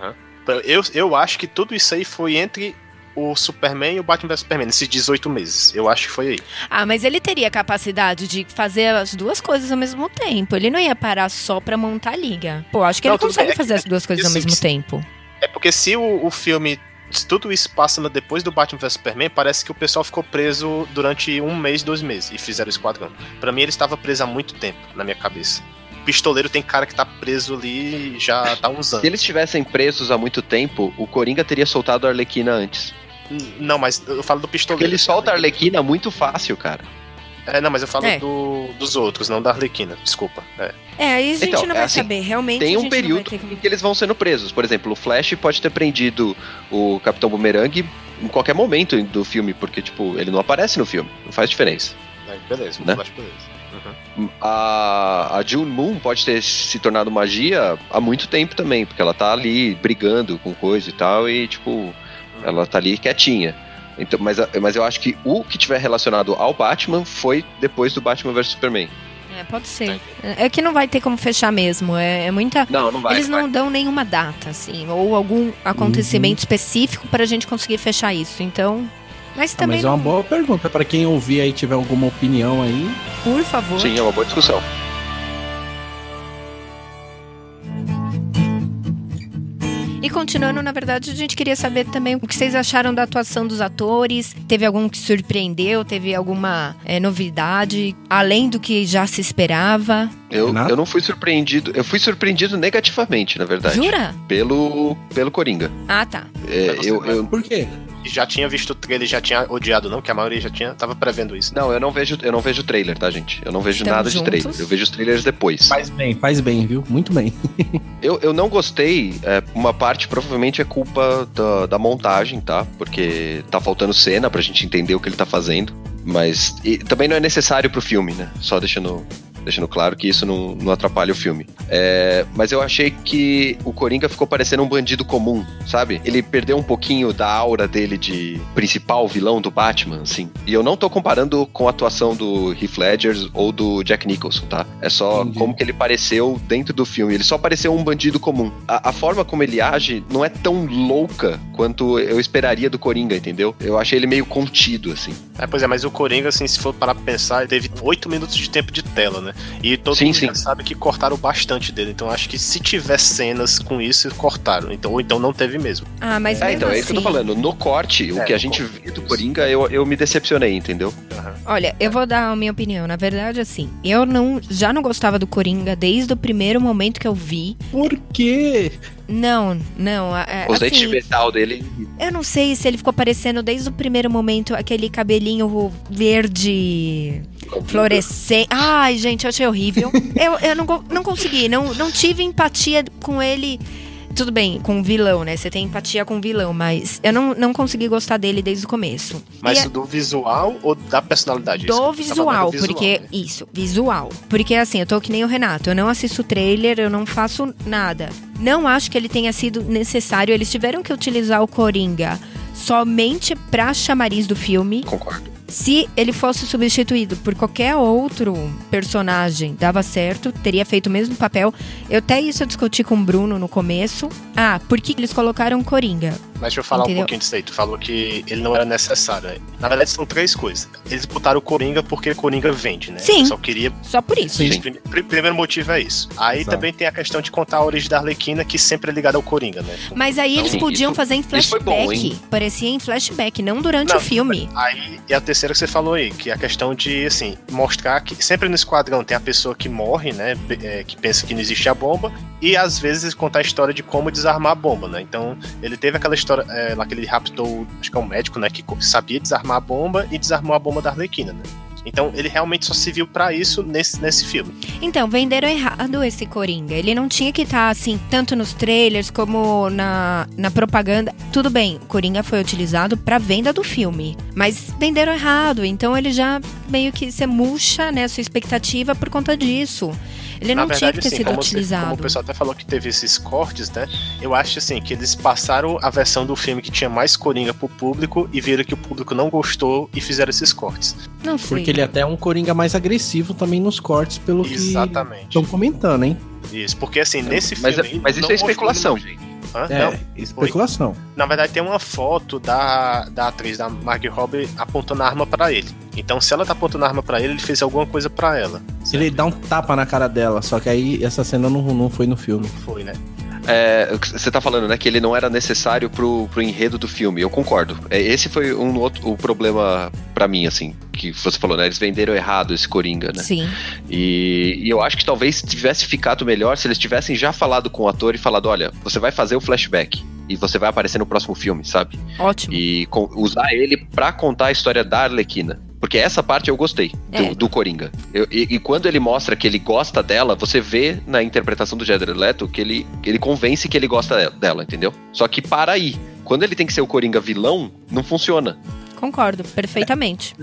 Eu acho que tudo isso aí foi entre o Superman e o Batman vs Superman, nesses 18 meses. Eu acho que foi aí. Mas ele teria capacidade de fazer as duas coisas ao mesmo tempo. Ele não ia parar só pra montar a Liga. Pô, acho que ele consegue fazer as duas coisas ao mesmo tempo. É porque se o filme, se tudo isso passa depois do Batman vs Superman, parece que o pessoal ficou preso durante 1 mês, 2 meses, e fizeram o Esquadrão. Pra mim, ele estava preso há muito tempo, na minha cabeça. Pistoleiro tem cara que tá preso ali já tá uns anos. Se eles estivessem presos há muito tempo, o Coringa teria soltado a Arlequina antes. Não, mas eu falo do pistoleiro. Porque ele solta a Arlequina muito fácil, cara. Não, mas eu falo dos outros, não da Arlequina, desculpa. Aí a gente não vai saber, realmente. Tem um período em que eles vão sendo presos. Por exemplo, o Flash pode ter prendido o Capitão Boomerang em qualquer momento do filme, porque, tipo, ele não aparece no filme, não faz diferença. Beleza, né? O Flash, beleza. A June Moon pode ter se tornado magia há muito tempo também, porque ela tá ali brigando com coisa e tal, e tipo, ela tá ali quietinha. Então, mas eu acho que o que tiver relacionado ao Batman foi depois do Batman vs Superman. Pode ser. É que não vai ter como fechar mesmo. É muita. Não vai. Eles não dão nenhuma data, assim, ou algum acontecimento específico pra gente conseguir fechar isso. Então. Mas também. Mas é uma boa pergunta. Pra quem ouvir aí tiver alguma opinião aí. Por favor. Sim, é uma boa discussão. E continuando, na verdade, a gente queria saber também o que vocês acharam da atuação dos atores. Teve algum que surpreendeu? Teve alguma novidade? Além do que já se esperava? Eu não fui surpreendido. Eu fui surpreendido negativamente, na verdade. Jura? Pelo Coringa. Ah, tá. Por quê? Já tinha visto o trailer, já tinha odiado, não? Que a maioria já tava prevendo isso. Não, eu não vejo o trailer, tá, gente? Eu não vejo nada de trailer. Eu vejo os trailers depois. Faz bem, viu? Muito bem. Eu não gostei. Uma parte provavelmente é culpa da montagem, tá? Porque tá faltando cena pra gente entender o que ele tá fazendo. Mas também não é necessário pro filme, né? Só deixando claro que isso não atrapalha o filme. Mas eu achei que o Coringa ficou parecendo um bandido comum, sabe? Ele perdeu um pouquinho da aura dele de principal vilão do Batman, assim. E eu não tô comparando com a atuação do Heath Ledger ou do Jack Nicholson, tá? É só como que ele pareceu dentro do filme. Ele só pareceu um bandido comum. A forma como ele age não é tão louca quanto eu esperaria do Coringa, entendeu? Eu achei ele meio contido, assim. Pois é, mas o Coringa, assim, se for parar pra pensar, ele teve 8 minutos de tempo de tela, né? né? E todo mundo já sabe que cortaram bastante dele. Então acho que se tiver cenas com isso, cortaram. Ou então não teve mesmo. Mas então assim... é isso que eu tô falando. No corte, o que a gente viu do Coringa, eu me decepcionei, entendeu? Olha, eu vou dar a minha opinião. Na verdade, assim, eu já não gostava do Coringa desde o primeiro momento que eu vi. Por quê? Não. Os dentes de metal dele. Eu não sei se ele ficou parecendo desde o primeiro momento aquele cabelinho verde fluorescente. Ai, gente, eu achei horrível. Eu não consegui, não tive empatia com ele. Tudo bem, com o vilão, né? Você tem empatia com o vilão, mas eu não consegui gostar dele desde o começo. Mas do visual ou da personalidade? Do visual, porque... Né? Isso, visual. Porque assim, eu tô que nem o Renato, eu não assisto trailer, eu não faço nada. Não acho que ele tenha sido necessário, eles tiveram que utilizar o Coringa somente pra chamariz do filme. Concordo. Se ele fosse substituído por qualquer outro personagem, dava certo, teria feito o mesmo papel. Eu discuti com o Bruno no começo. Por que eles colocaram Coringa? Mas deixa eu falar um pouquinho disso aí. Tu falou que ele não era necessário, né? Na verdade, são 3 coisas. Eles botaram o Coringa porque Coringa vende, né? Sim. Só por isso. Sim. Primeiro motivo é isso. Aí também tem a questão de contar a origem da Arlequina, que sempre é ligada ao Coringa, né? Mas aí eles podiam fazer em flashback. Bom, parecia em flashback, não durante o filme. Aí, e a terceira que você falou aí, que é a questão de, assim, mostrar que sempre no esquadrão tem a pessoa que morre, né? Que pensa que não existe a bomba. E às vezes contar a história de como desarmar a bomba, né? Então, ele teve aquela história lá que ele raptou, acho que é um médico, né? Que sabia desarmar a bomba e desarmou a bomba da Arlequina, né? Então, ele realmente só se viu pra isso nesse filme. Então, venderam errado esse Coringa. Ele não tinha que estar, assim, tanto nos trailers como na propaganda. Tudo bem, o Coringa foi utilizado pra venda do filme. Mas venderam errado. Então, ele já meio que se murcha, né, a sua expectativa por conta disso. Ele não tinha que ter sido utilizado. Como o pessoal até falou que teve esses cortes, né? Eu acho, assim, que eles passaram a versão do filme que tinha mais Coringa pro público e viram que o público não gostou e fizeram esses cortes. Não sei. Porque ele é até um Coringa mais agressivo também nos cortes, pelo que estão comentando, hein? Isso, porque assim, nesse filme... Mas isso é especulação, gente. Especulação. Na verdade, tem uma foto da atriz, da Margot Robbie, apontando a arma pra ele. Então, se ela tá apontando a arma pra ele fez alguma coisa pra ela. Certo? Ele dá um tapa na cara dela, só que aí essa cena não foi no filme. Foi, né? Você tá falando, né, que ele não era necessário pro enredo do filme. Eu concordo. Esse foi o problema pra mim, assim, que você falou, né? Eles venderam errado esse Coringa, né? Sim. E eu acho que talvez tivesse ficado melhor se eles tivessem já falado com o ator e falado, olha, você vai fazer o flashback e você vai aparecer no próximo filme, sabe? Ótimo. E usar ele pra contar a história da Arlequina. Porque essa parte eu gostei do Coringa. E quando ele mostra que ele gosta dela, você vê na interpretação do Jared Leto que ele convence que ele gosta dela, entendeu? Só que para aí. Quando ele tem que ser o Coringa vilão, não funciona. Concordo, perfeitamente.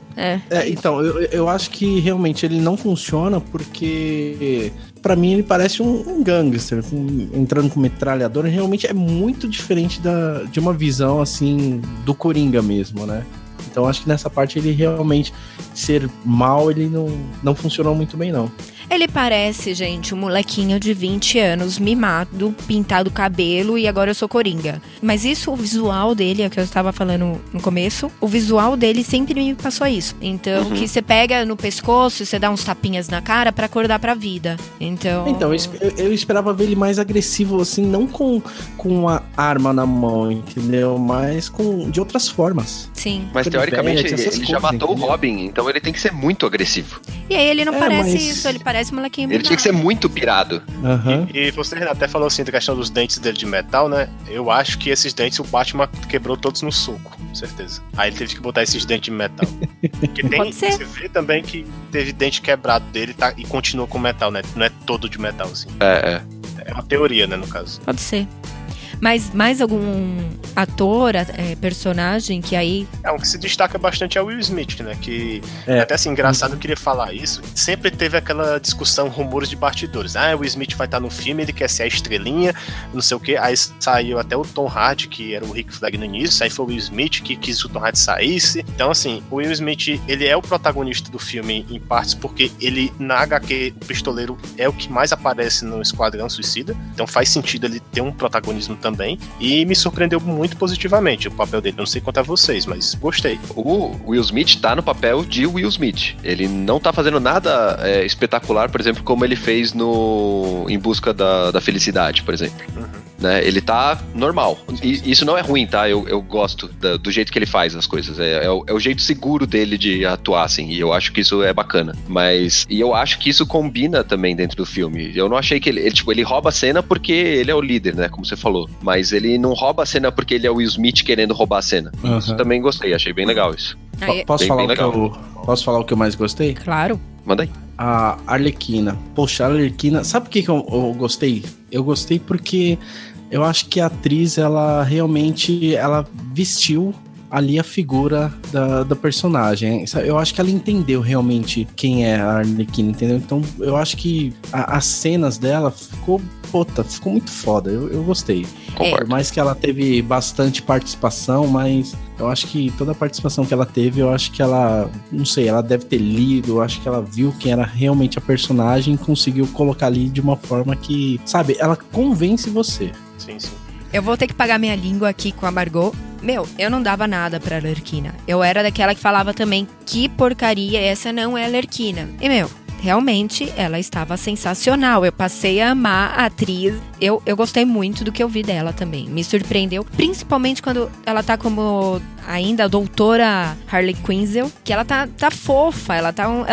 Então, eu acho que realmente ele não funciona porque... Pra mim ele parece um gangster, entrando com metralhadora. Realmente é muito diferente de uma visão, assim, do Coringa mesmo, né? Então acho que nessa parte ele realmente ser mal, ele não funcionou muito bem, não. Ele parece, gente, um molequinho de 20 anos, mimado, pintado o cabelo e agora eu sou Coringa. Mas isso, o visual dele, é o que eu estava falando no começo, o visual dele sempre me passou isso. Então, que você pega no pescoço e você dá uns tapinhas na cara pra acordar pra vida. Então eu esperava ver ele mais agressivo, assim, não com a arma na mão, entendeu? Mas de outras formas. Sim. Mas teoricamente ele já matou o Robin, então ele tem que ser muito agressivo. E aí ele não parece isso, ele parece um molequinho. Ele tinha que ser muito pirado. E você, Renato, até falou assim da questão dos dentes dele de metal, né? Eu acho que esses dentes o Batman quebrou todos no soco, com certeza. Aí ele teve que botar esses dentes de metal. Porque você vê também que teve dente quebrado dele e continua com metal, né? Não é todo de metal, assim. É uma teoria, né, no caso. Pode ser. Mas mais algum ator, personagem que aí... O que se destaca bastante é o Will Smith, né? Que até assim, engraçado, eu queria falar isso. Sempre teve aquela discussão, rumores de bastidores. O Will Smith vai estar no filme, ele quer ser a estrelinha, não sei o quê. Aí saiu até o Tom Hardy, que era o Rick Flag no início. Aí foi o Will Smith que quis que o Tom Hardy saísse. Então, assim, o Will Smith, ele é o protagonista do filme em partes, porque ele, na HQ, o pistoleiro é o que mais aparece no Esquadrão Suicida. Então faz sentido ele ter um protagonismo também. também, e me surpreendeu muito positivamente o papel dele. Não sei quanto a vocês, mas gostei. O Will Smith tá no papel de Will Smith. Ele não tá fazendo nada espetacular, por exemplo, como ele fez no Em Busca da Felicidade, por exemplo. Né? Ele tá normal. E isso não é ruim, tá? Eu gosto do jeito que ele faz as coisas. É o jeito seguro dele de atuar, assim. E eu acho que isso é bacana. E eu acho que isso combina também dentro do filme. Eu não achei que ele rouba a cena porque ele é o líder, né? Como você falou. Mas ele não rouba a cena porque ele é o Will Smith querendo roubar a cena. Isso também gostei. Achei bem legal isso. Posso falar o que eu mais gostei? Claro. Manda aí. A Arlequina. Poxa, a Arlequina... Sabe por que eu gostei? Eu gostei porque eu acho que a atriz, ela realmente... Ela vestiu ali a figura da personagem. Eu acho que ela entendeu realmente quem é a Arlequina, entendeu? Então, eu acho que as cenas dela ficou muito foda. Eu gostei. Por mais que ela teve bastante participação, mas eu acho que toda a participação que ela teve, eu acho que ela, não sei, ela deve ter lido, eu acho que ela viu quem era realmente a personagem e conseguiu colocar ali de uma forma que, sabe, ela convence você. Sim. Eu vou ter que pagar minha língua aqui com a Margot. Eu não dava nada pra Arlequina. Eu era daquela que falava também, que porcaria, essa não é Arlequina. E, realmente, ela estava sensacional. Eu passei a amar a atriz. Eu gostei muito do que eu vi dela também. Me surpreendeu, principalmente quando ela tá como ainda a doutora Harley Quinzel, que ela tá fofa, ela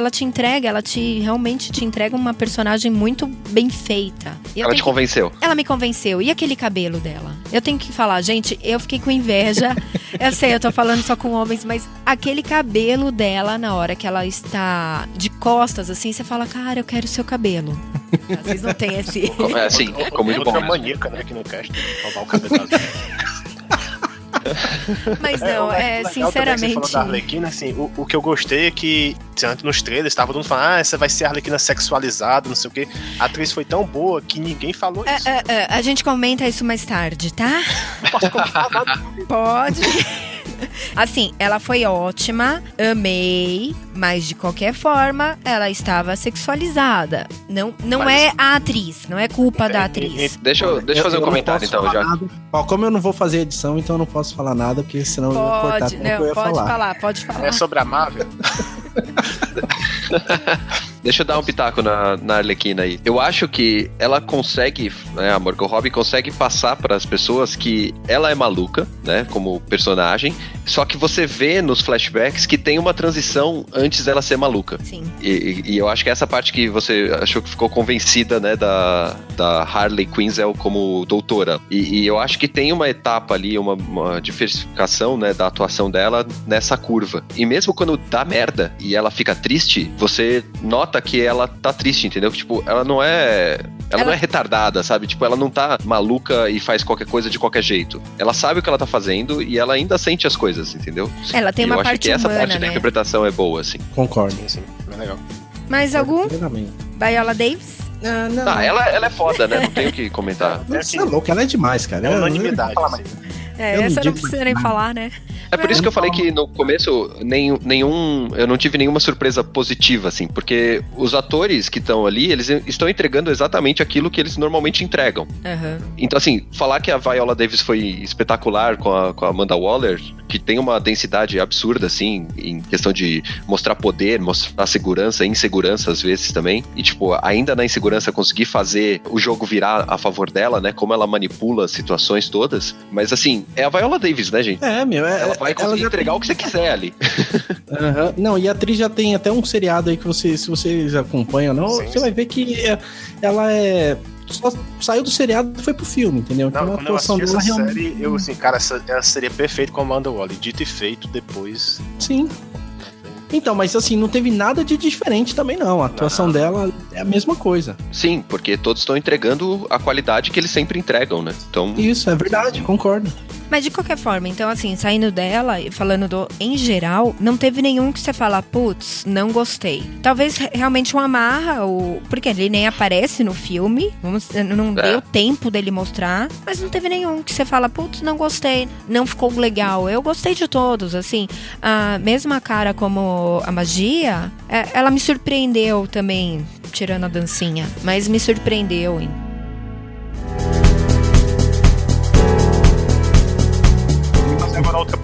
realmente te entrega uma personagem muito bem feita. Ela te convenceu. Ela me convenceu. E aquele cabelo dela? Eu tenho que falar, gente, eu fiquei com inveja. Eu sei, eu tô falando só com homens, mas aquele cabelo dela, na hora que ela está de costas, assim, você fala, cara, eu quero o seu cabelo. Vocês não têm esse... Sim, ficou muito bom. Outra maníaca, né, aqui no cast, roubar o cabelo dela. Mas não, sinceramente... Você falou da Arlequina, assim, o que eu gostei é que antes nos trailers estava todo mundo falando, essa vai ser a Arlequina sexualizada, não sei o quê. A atriz foi tão boa que ninguém falou isso. A gente comenta isso mais tarde, tá? Posso comentar nada? Pode. Assim, ela foi ótima, amei, mas de qualquer forma, ela estava sexualizada. Não é a atriz, não é culpa da atriz. Deixa eu fazer um comentário então, já. Como eu não vou fazer edição, então eu não posso falar nada, porque senão eu vou cortar tudo que eu ia falar. Pode falar. É sobre a Marvel? Deixa eu dar um pitaco na Arlequina aí. Eu acho que ela consegue, né, a Margot Robbie consegue passar para as pessoas que ela é maluca, né, como personagem, só que você vê nos flashbacks que tem uma transição antes dela ser maluca. Sim. E eu acho que essa parte que você achou que ficou convencida, né, da Harley Quinzel como doutora. E eu acho que tem uma etapa ali, uma diversificação, né, da atuação dela nessa curva. E mesmo quando dá merda e ela fica triste, você nota que ela tá triste, entendeu? Tipo, ela não é retardada, sabe? Tipo, ela não tá maluca e faz qualquer coisa de qualquer jeito. Ela sabe o que ela tá fazendo e ela ainda sente as coisas, entendeu? Ela tem uma parte humana, né? Eu acho que essa parte da interpretação é boa, assim. Concordo. Sim, bem legal. Mais algum? Viola Davis? Não. Ela é foda, né? Não tenho o que comentar. Você é louco, ela é demais, cara. É unanimidade. Essa não precisa nem falar, né? É por isso que eu falei que no começo eu não tive nenhuma surpresa positiva, assim, porque os atores que estão ali, eles estão entregando exatamente aquilo que eles normalmente entregam. Uhum. Então, assim, falar que a Viola Davis foi espetacular com a Amanda Waller, que tem uma densidade absurda, assim, em questão de mostrar poder, mostrar segurança e insegurança às vezes também, e tipo, ainda na insegurança conseguir fazer o jogo virar a favor dela, né, como ela manipula as situações todas, mas assim, é a Viola Davis, né, gente? Ela vai conseguir entregar o que você quiser ali. Uhum. Não, e a atriz já tem até um seriado aí que se vocês acompanham, não, você vai ver que ela só saiu do seriado e foi pro filme, entendeu? Então a atuação dela realmente... Eu, assim, cara, ela seria perfeita com a Amanda Waller. Dito e feito, depois... Sim. Então, mas assim, não teve nada de diferente também não. A atuação dela é a mesma coisa. Sim, porque todos estão entregando a qualidade que eles sempre entregam, né? Então... Isso, é verdade, concordo. Mas de qualquer forma, então assim, saindo dela e falando em geral, não teve nenhum que você fala, putz, não gostei. Talvez realmente um amarra, porque ele nem aparece no filme, não deu tempo dele mostrar, mas não teve nenhum que você fala, putz, não gostei, não ficou legal. Eu gostei de todos, assim, a mesma cara como a magia, ela me surpreendeu também, tirando a dancinha, mas me surpreendeu, hein?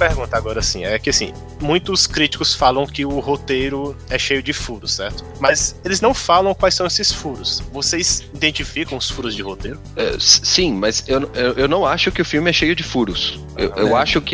pergunta agora, assim, é que assim, muitos críticos falam que o roteiro é cheio de furos, certo? Mas eles não falam quais são esses furos. Vocês identificam os furos de roteiro? Sim, mas eu não acho que o filme é cheio de furos. Eu acho que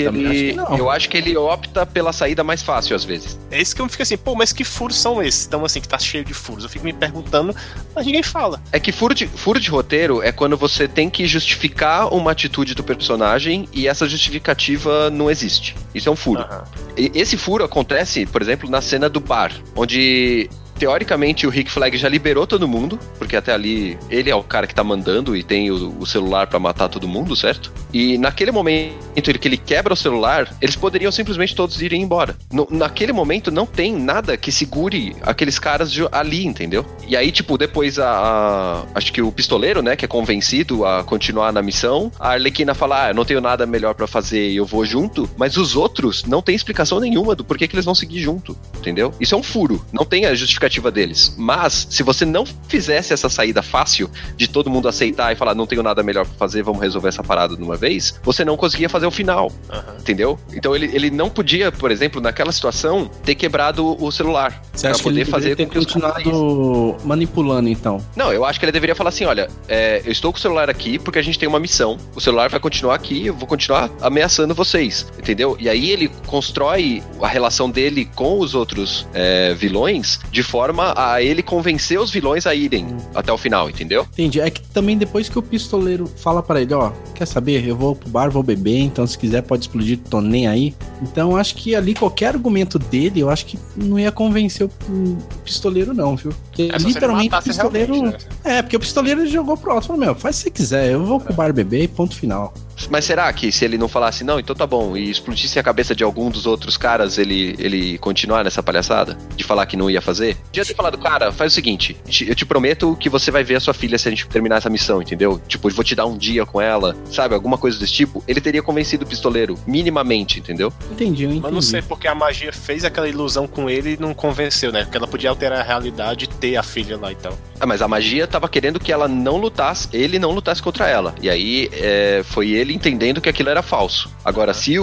ele opta pela saída mais fácil, às vezes. É isso que eu fico assim, pô, mas que furos são esses? Então, assim, que tá cheio de furos. Eu fico me perguntando, mas ninguém fala. É que furo de roteiro é quando você tem que justificar uma atitude do personagem e essa justificativa não existe. Isso é um furo. E esse furo acontece, por exemplo, na cena do bar, onde teoricamente o Rick Flag já liberou todo mundo, porque até ali ele é o cara que tá mandando e tem o celular pra matar todo mundo, certo? E naquele momento que ele quebra o celular, eles poderiam simplesmente todos irem embora. Naquele momento não tem nada que segure aqueles caras ali, entendeu? E aí, tipo, depois acho que o pistoleiro, né, que é convencido a continuar na missão, a Arlequina fala, eu não tenho nada melhor pra fazer e eu vou junto, mas os outros não tem explicação nenhuma do porquê que eles vão seguir junto, entendeu? Isso é um furo, não tem a justificativa deles. Mas, se você não fizesse essa saída fácil de todo mundo aceitar e falar, não tenho nada melhor pra fazer, vamos resolver essa parada de uma vez, você não conseguia fazer o final. Entendeu? Então ele não podia, por exemplo, naquela situação, ter quebrado o celular. Você acha que ele deveria ter continuado manipulando, então? Não, eu acho que ele deveria falar assim, olha, eu estou com o celular aqui porque a gente tem uma missão. O celular vai continuar aqui, eu vou continuar ameaçando vocês. Entendeu? E aí ele constrói a relação dele com os outros vilões de forma a ele convencer os vilões a irem até o final, entendeu? Entendi. É que também depois que o pistoleiro fala pra ele, quer saber? Eu vou pro bar, vou beber, então se quiser pode explodir, tô nem aí. Então acho que ali qualquer argumento dele, eu acho que não ia convencer o pistoleiro não, viu? Porque literalmente o pistoleiro... Né? Porque o pistoleiro jogou pro alto, falou, faz se você quiser, eu vou pro bar beber e ponto final. Mas será que se ele não falasse, não, então tá bom, e explodisse a cabeça de algum dos outros caras, ele continuar nessa palhaçada? De falar que não ia fazer? Podia ter falado, cara, faz o seguinte, eu te prometo que você vai ver a sua filha se a gente terminar essa missão, entendeu? Tipo, eu vou te dar um dia com ela, sabe? Alguma coisa desse tipo. Ele teria convencido o pistoleiro, minimamente, entendeu? Entendi. Mas não sei porque a magia fez aquela ilusão com ele e não convenceu, né? Porque ela podia alterar a realidade e ter a filha lá, então. Mas a magia tava querendo que ela não lutasse, ele não lutasse contra ela. E aí, foi ele entendendo que aquilo era falso. Agora, se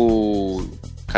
o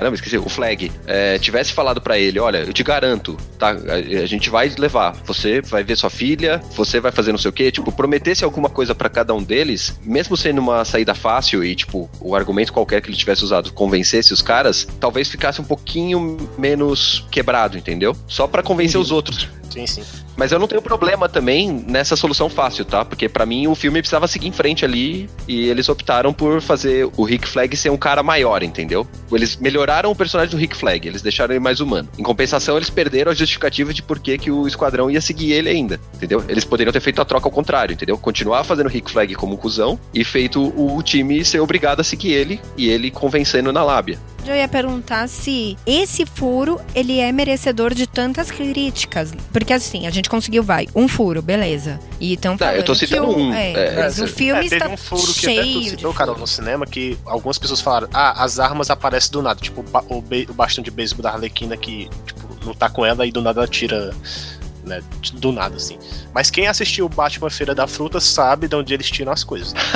Flag tivesse falado pra ele, olha, eu te garanto, tá, a gente vai levar, você vai ver sua filha, você vai fazer não sei o quê, tipo, prometesse alguma coisa pra cada um deles, mesmo sendo uma saída fácil e, tipo, o argumento qualquer que ele tivesse usado convencesse os caras, talvez ficasse um pouquinho menos quebrado, entendeu? Só pra convencer os outros. Sim. Mas eu não tenho problema também nessa solução fácil, tá? Porque pra mim o filme precisava seguir em frente ali e eles optaram por fazer o Rick Flag ser um cara maior, entendeu? Eles melhoraram o personagem do Rick Flag, eles deixaram ele mais humano. Em compensação, eles perderam a justificativa de por que o esquadrão ia seguir ele ainda, entendeu? Eles poderiam ter feito a troca ao contrário, entendeu? Continuar fazendo o Rick Flag como um cuzão e feito o time ser obrigado a seguir ele e ele convencendo na lábia. Eu ia perguntar se esse furo, ele é merecedor de tantas críticas. Porque assim, a gente conseguiu, um furo, beleza. E então eu tô citando mas o filme está teve um furo que cheio até tu citou, Carol, no cinema, que algumas pessoas falaram, as armas aparecem do nada. Tipo, o bastão de beisebol da Arlequina que, tipo, não tá com ela e do nada ela tira... Né, do nada, assim. Mas quem assistiu o Batman Feira da Fruta sabe de onde eles tiram as coisas, né?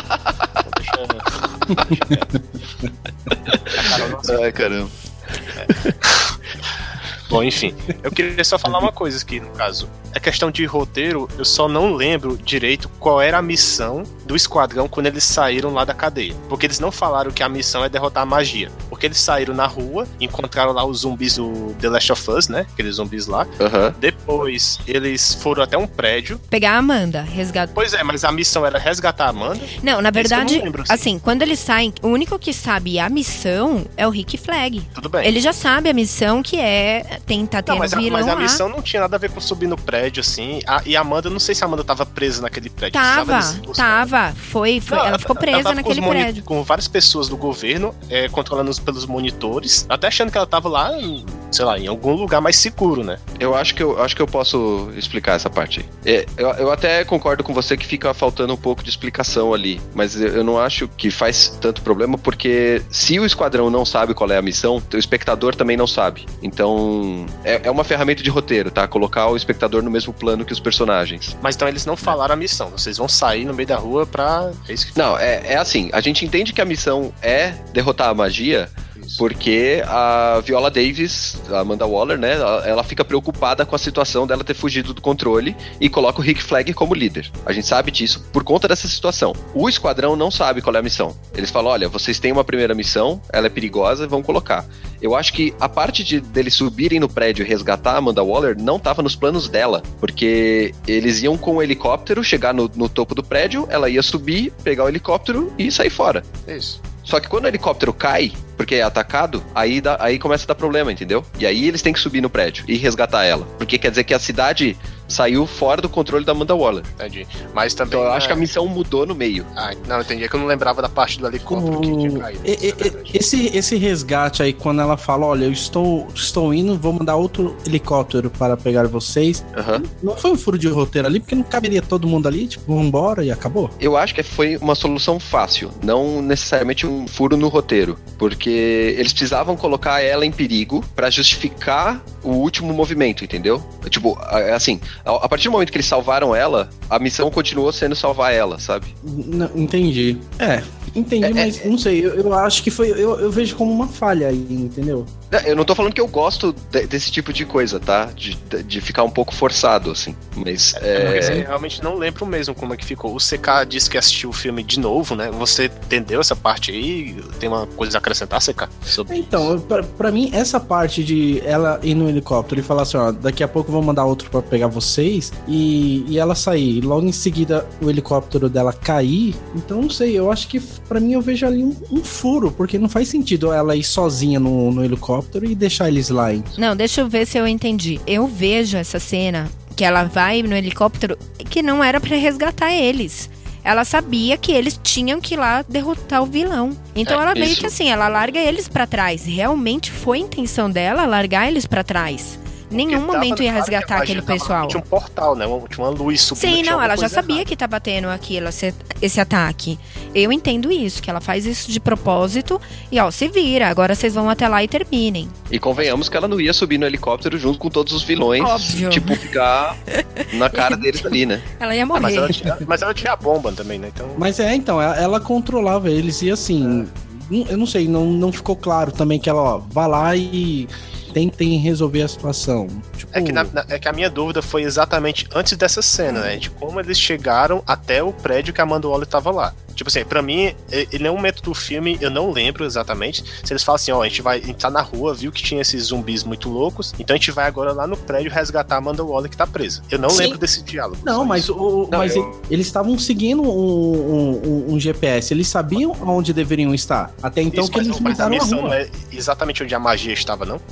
Ai, caramba. Bom, enfim, eu queria só falar uma coisa aqui, no caso. A questão de roteiro, eu só não lembro direito qual era a missão do esquadrão quando eles saíram lá da cadeia. Porque eles não falaram que a missão é derrotar a magia. Porque eles saíram na rua, encontraram lá os zumbis do The Last of Us, né? Aqueles zumbis lá. Depois, eles foram até um prédio. Pegar a Amanda, resgatar. Pois é, mas a missão era resgatar a Amanda? Não, na verdade, assim, quando eles saem, o único que sabe a missão é o Rick Flag. Tudo bem. Ele já sabe a missão que é tentar ter mas a missão não tinha nada a ver com subir no prédio, assim. E a Amanda, não sei se a Amanda tava presa naquele prédio. Tava. Foi. Não, ela ficou presa naquele prédio. Com várias pessoas do governo, controlando pelos monitores, até achando que ela tava lá, sei lá, em algum lugar mais seguro, né? Eu acho que eu posso explicar essa parte aí. Eu até concordo com você que fica faltando um pouco de explicação ali, mas eu não acho que faz tanto problema, porque se o esquadrão não sabe qual é a missão, o espectador também não sabe. Então, é uma ferramenta de roteiro, tá? Colocar o espectador no mesmo plano que os personagens. Mas então eles não falaram a missão, vocês vão sair no meio da rua pra... Não, é assim, a gente entende que a missão é derrotar a magia, Porque a Viola Davis, a Amanda Waller, né, ela fica preocupada com a situação dela ter fugido do controle e coloca o Rick Flag como líder. A gente sabe disso por conta dessa situação. O esquadrão não sabe qual é a missão. Eles falam, olha, vocês têm uma primeira missão, ela é perigosa, vão colocar. Eu acho que a parte deles subirem no prédio e resgatar a Amanda Waller não estava nos planos dela, porque eles iam com o helicóptero, chegar no topo do prédio, ela ia subir, pegar o helicóptero e sair fora. Isso. Só que quando o helicóptero cai, porque é atacado, aí começa a dar problema, entendeu? E aí eles têm que subir no prédio e resgatar ela. Porque quer dizer que a cidade saiu fora do controle da Amanda Waller. Entendi. Mas também... Então eu acho que a missão mudou no meio. Não, entendi. É que eu não lembrava da parte do helicóptero que tinha caído. Esse resgate aí, quando ela fala, olha, eu estou indo, vou mandar outro helicóptero para pegar vocês. Não foi um furo de roteiro ali, porque não caberia todo mundo ali, tipo, vambora e acabou? Eu acho que foi uma solução fácil, não necessariamente um furo no roteiro, porque eles precisavam colocar ela em perigo para justificar o último movimento, entendeu? Tipo, assim, a partir do momento que eles salvaram ela, a missão continuou sendo salvar ela, sabe? Não, entendi. Entendi, mas não sei, eu acho que foi, eu vejo como uma falha aí, entendeu? Eu não tô falando que eu gosto desse tipo de coisa, tá? De ficar um pouco forçado, assim, mas... Porque assim, realmente não lembro mesmo como é que ficou. O CK disse que assistiu o filme de novo, né? Você entendeu essa parte aí? Tem uma coisa a acrescentar, CK? Então, pra mim, essa parte de ela ir no helicóptero e falar assim, ó, daqui a pouco eu vou mandar outro pra pegar vocês, e ela sair, e logo em seguida o helicóptero dela cair, então não sei, eu acho que pra mim eu vejo ali um furo, porque não faz sentido ela ir sozinha no helicóptero e deixar eles lá, hein? Não, deixa eu ver se eu entendi. Eu vejo essa cena que ela vai no helicóptero que não era pra resgatar eles. Ela sabia que eles tinham que ir lá derrotar o vilão. Então ela meio que assim, ela larga eles pra trás. Realmente foi a intenção dela largar eles pra trás. Nenhum momento ia resgatar aquele pessoal. Tinha um portal, né? Tinha uma luz subindo. Sim, não, ela já sabia que tava tendo aquilo, esse ataque. Eu entendo isso, que ela faz isso de propósito e ó, se vira, agora vocês vão até lá e terminem. E convenhamos que ela não ia subir no helicóptero junto com todos os vilões. Óbvio. Tipo, ficar na cara deles ali, né? Ela ia morrer. Mas ela tinha a bomba também, né? Então... Mas então, ela controlava eles e assim, eu não sei, não ficou claro também que ela, ó, vai lá e... tentem resolver a situação. Tipo... É que a minha dúvida foi exatamente antes dessa cena, né? De como eles chegaram até o prédio que a Amanda Waller tava lá. Tipo assim, pra mim, em nenhum momento do filme, eu não lembro exatamente se eles falam assim, ó, a gente tá na rua, viu que tinha esses zumbis muito loucos, então a gente vai agora lá no prédio resgatar a Amanda Waller que tá presa. Eu não lembro desse diálogo. Não, mas, eles estavam seguindo um GPS, eles sabiam onde deveriam estar. Até então que eles mudaram a rua. Não é exatamente onde a magia estava, não?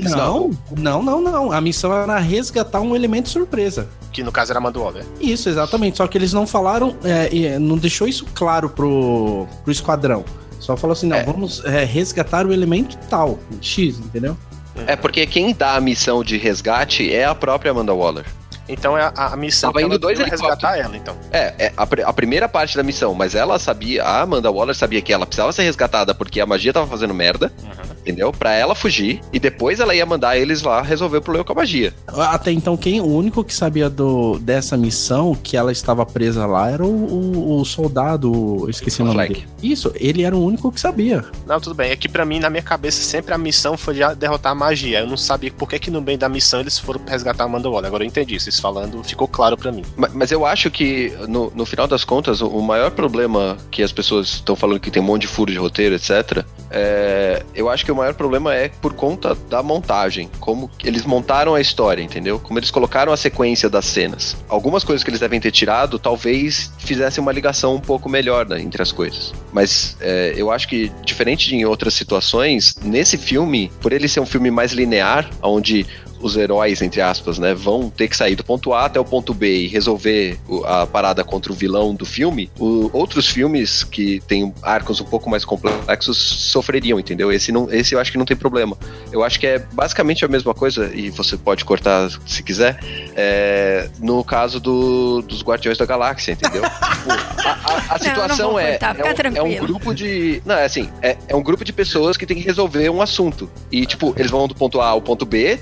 Não. A missão era resgatar um elemento surpresa. Que no caso era a Amanda Waller. Isso, exatamente. Só que eles não falaram, não deixou isso claro pro esquadrão. Só falou assim, não, vamos resgatar o elemento tal, X, entendeu? É porque quem dá a missão de resgate é a própria Amanda Waller. Então a missão tava indo dois resgatar ela, então. A primeira parte da missão, mas ela sabia, a Amanda Waller sabia que ela precisava ser resgatada porque a magia tava fazendo merda, entendeu? Pra ela fugir, e depois ela ia mandar eles lá resolver o problema com a magia. Até então, o único que sabia dessa missão, que ela estava presa lá, era o soldado, eu esqueci o nome dele. Isso, ele era o único que sabia. Não, tudo bem, é que pra mim, na minha cabeça, sempre a missão foi de derrotar a magia. Eu não sabia por que no meio da missão eles foram resgatar a Amanda Waller. Agora eu entendi isso. Falando, ficou claro pra mim. Mas eu acho que, no final das contas, o maior problema que as pessoas estão falando que tem um monte de furo de roteiro, etc., eu acho que o maior problema é por conta da montagem. Como eles montaram a história, entendeu? Como eles colocaram a sequência das cenas. Algumas coisas que eles devem ter tirado, talvez fizessem uma ligação um pouco melhor, né, entre as coisas. Mas eu acho que, diferente de em outras situações, nesse filme, por ele ser um filme mais linear, onde os heróis, entre aspas, né, vão ter que sair do ponto A até o ponto B e resolver a parada contra o vilão do filme, outros filmes que têm arcos um pouco mais complexos sofreriam, entendeu? Esse eu acho que não tem problema. Eu acho que é basicamente a mesma coisa, e você pode cortar se quiser, no caso dos Guardiões da Galáxia, entendeu? A situação é um grupo de... Não, é um grupo de pessoas que tem que resolver um assunto. E, tipo, eles vão do ponto A ao ponto B, tem uma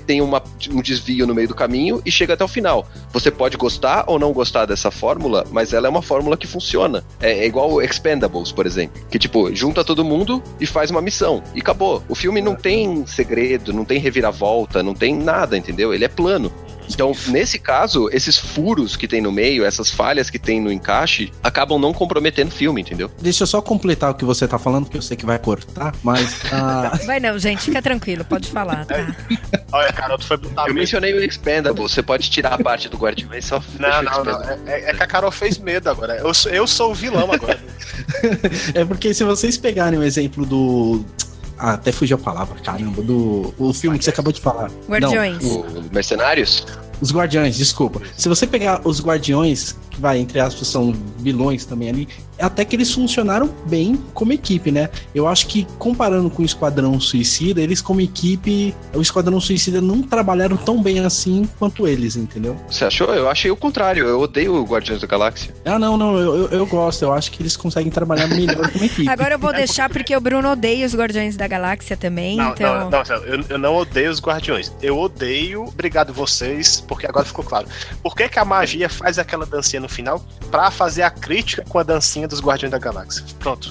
um desvio no meio do caminho e chega até o final. Você pode gostar ou não gostar dessa fórmula, mas ela é uma fórmula que funciona. É igual o Expendables, por exemplo, que tipo, junta todo mundo e faz uma missão, e acabou. O filme não tem segredo, não tem reviravolta, não tem nada, entendeu? Ele é plano. Então, nesse caso, esses furos que tem no meio, essas falhas que tem no encaixe, acabam não comprometendo o filme, entendeu? Deixa eu só completar o que você tá falando, porque eu sei que vai cortar, mas... Vai não, gente, fica tranquilo, pode falar, tá? Olha, Carol, tu foi brutal. Eu mencionei o Expendable, você pode tirar a parte do Guardiões só... Não. É que a Carol fez medo agora. Eu sou o vilão agora. É porque se vocês pegarem o exemplo do... até fugiu a palavra, caramba, o filme que você acabou de falar. Guardiões. O Mercenários? Os Guardiões, desculpa. Se você pegar os Guardiões, que vai, entre aspas, são vilões também ali, até que eles funcionaram bem como equipe, né? Eu acho que, comparando com o Esquadrão Suicida, eles como equipe, o Esquadrão Suicida não trabalharam tão bem assim quanto eles, entendeu? Você achou? Eu achei o contrário, eu odeio o Guardiões da Galáxia. Não, eu gosto, eu acho que eles conseguem trabalhar melhor como equipe. Agora eu vou deixar porque o Bruno odeia os Guardiões da Galáxia também, então... Não, eu não odeio os Guardiões, eu odeio, obrigado vocês, porque agora ficou claro. Por que a magia faz aquela dancinha no final? Pra fazer a crítica com a dancinha dos Guardiões da Galáxia. Pronto.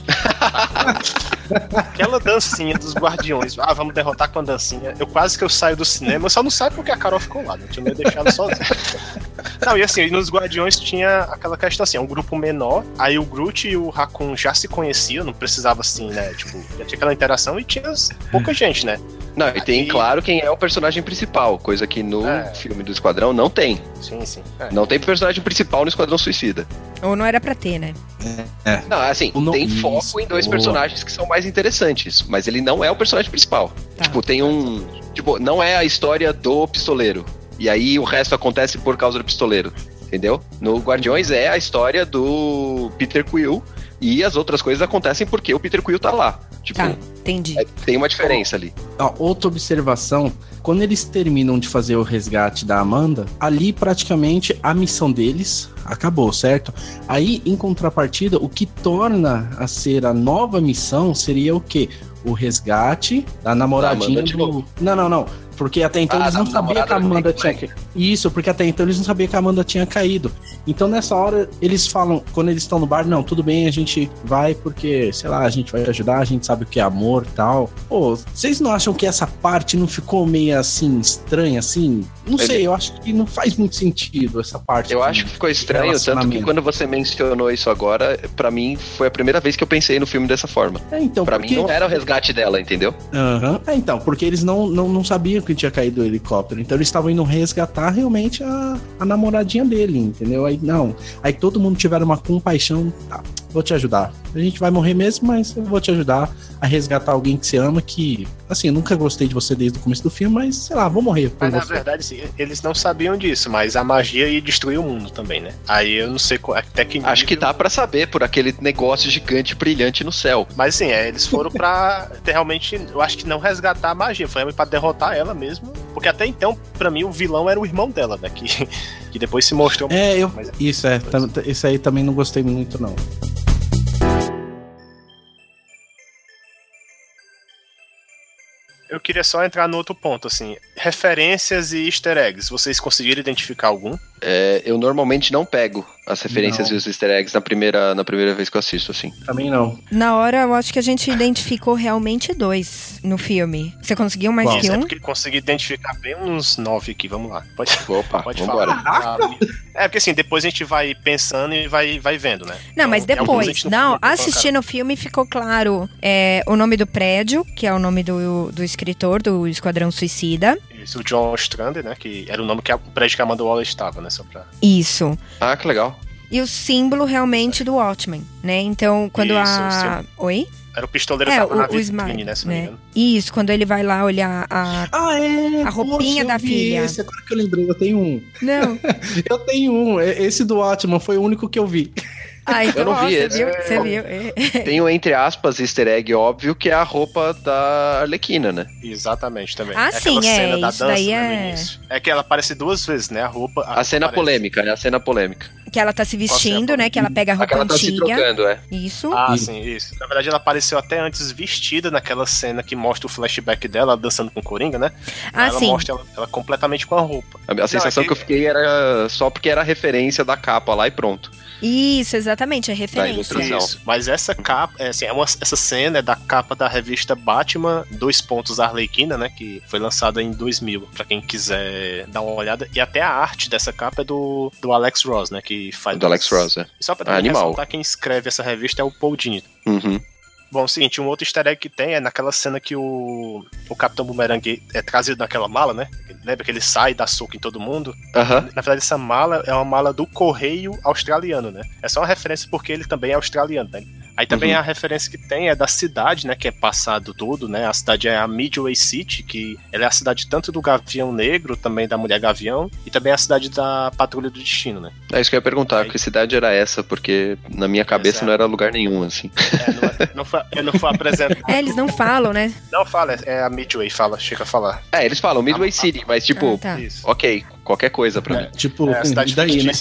Aquela dancinha dos Guardiões. Vamos derrotar com a dancinha. Eu quase que eu saio do cinema. Eu só não saio porque a Carol ficou lá. Não tinha medo de deixar ela sozinha. Não, e assim, nos Guardiões tinha aquela questão assim, um grupo menor, aí o Groot e o Raccoon já se conheciam, não precisava assim, né, tipo, já tinha aquela interação e tinha pouca gente, né. Não, e tem claro quem é o personagem principal, coisa que no filme do Esquadrão não tem. Sim. Não tem personagem principal no Esquadrão Suicida. Ou não era pra ter, né? Não, assim, tem foco em dois personagens que são mais interessantes, mas ele não é o personagem principal. Tá. Tipo, tem um... Tipo, não é a história do pistoleiro. E aí o resto acontece por causa do pistoleiro, entendeu? No Guardiões é a história do Peter Quill e as outras coisas acontecem porque o Peter Quill tá lá. Tipo, tá, entendi. Tem uma diferença ali. Outra observação, quando eles terminam de fazer o resgate da Amanda, ali praticamente a missão deles acabou, certo? Aí, em contrapartida, o que torna a ser a nova missão seria o quê? O resgate da namoradinha do... Não. Porque até então eles não sabiam que a Amanda tinha caído. Isso, porque até então eles não sabiam que a Amanda tinha caído. Então nessa hora eles falam, quando eles estão no bar, não, tudo bem, a gente vai porque, sei lá, a gente vai te ajudar, a gente sabe o que é amor e tal. Pô, vocês não acham que essa parte não ficou meio assim, estranha, assim? Não sei, eu acho que não faz muito sentido essa parte. Eu acho que ficou estranho, tanto que quando você mencionou isso agora, pra mim foi a primeira vez que eu pensei no filme dessa forma. Então, pra mim não era o resgate dela, entendeu? Então, porque eles não sabiam que tinha caído o helicóptero, então eles estavam indo resgatar realmente a namoradinha dele, entendeu? Aí todo mundo tiver uma compaixão, tá, vou te ajudar, a gente vai morrer mesmo, mas eu vou te ajudar a resgatar alguém que você ama, que, assim, eu nunca gostei de você desde o começo do filme, mas, sei lá, vou morrer por mas você. Na verdade, sim, eles não sabiam disso, mas a magia ia destruir o mundo também, né? Aí eu não sei até que nível... Acho que dá pra saber, por aquele negócio gigante, brilhante no céu. Mas assim, eles foram pra realmente, eu acho que não resgatar a magia, foi pra derrotar ela mesmo, porque até então, pra mim, o vilão era o irmão dela, né? Que depois se mostrou... Isso aí também não gostei muito, não. Eu queria só entrar no outro ponto, assim, referências e easter eggs, vocês conseguiram identificar algum? Eu normalmente não pego as referências e os easter eggs na primeira vez que eu assisto, assim. Também não. Na hora, eu acho que a gente identificou realmente 2 no filme. Você conseguiu mais que um? É porque consegui identificar bem uns 9 aqui, vamos lá. Pode vambora. falar. Porque assim, depois a gente vai pensando e vai vendo, né? Não, mas depois. Não, assistindo o filme ficou claro o nome do prédio, que é o nome do escritor do Esquadrão Suicida. Isso, o John Ostrander, né? Que era o nome que o prédio que a Amanda Waller estava, né? Só pra... Isso. Ah, que legal. E o símbolo realmente do Watchmen, né? Então, quando Oi? Era o pistoleiro que tava na vitrine, né? Se não me engano. Isso, quando ele vai lá olhar a roupinha da filha. Esse, agora que eu lembrei, eu tenho um. Não. Eu tenho um. Esse do Watchmen foi o único que eu vi. Então, eu não vi esse. Você viu? Tem o, entre aspas, easter egg óbvio, que é a roupa da Arlequina, né? Exatamente, também. Sim, cena da isso dança, daí né, no início. É que ela aparece 2 vezes, né? A roupa... A cena polêmica, né? A cena polêmica. Que ela tá se vestindo, né? Que ela pega a roupa ela tá antiga. se trocando, Isso. Sim, isso. Na verdade, ela apareceu até antes vestida naquela cena que mostra o flashback dela dançando com o Coringa, né? Ela sim. mostra ela completamente com a roupa. A sensação que eu fiquei era só porque era a referência da capa lá e pronto. Isso, exatamente, é referência. Isso. Mas essa capa, essa cena é da capa da revista Batman, Arlequina, né? Que foi lançada em 2000, pra quem quiser dar uma olhada. E até a arte dessa capa é do Alex Ross, né? Que faz. Do Alex Ross, é. E só pra ressaltar, quem escreve essa revista é o Paul Dini. Uhum. Bom, é o seguinte, um outro easter egg que tem é naquela cena que o Capitão Boomerang é trazido naquela mala, né? Lembra que ele sai, dá soco em todo mundo? Uhum. Na verdade, essa mala é uma mala do correio australiano, né? É só uma referência porque ele também é australiano, né? Aí também a referência que tem é da cidade, né? Que é passado tudo, né? A cidade é a Midway City, que ela é a cidade tanto do Gavião Negro, também da Mulher Gavião, e também a cidade da Patrulha do Destino, né? É isso que eu ia perguntar, que cidade era essa? Porque na minha cabeça não era lugar nenhum, assim. Não foi apresentado. Eles não falam, né? Não fala, é a Midway, chega a falar. Eles falam Midway City, mas tipo, ok, qualquer coisa pra mim. Tipo, a cidade daí, né?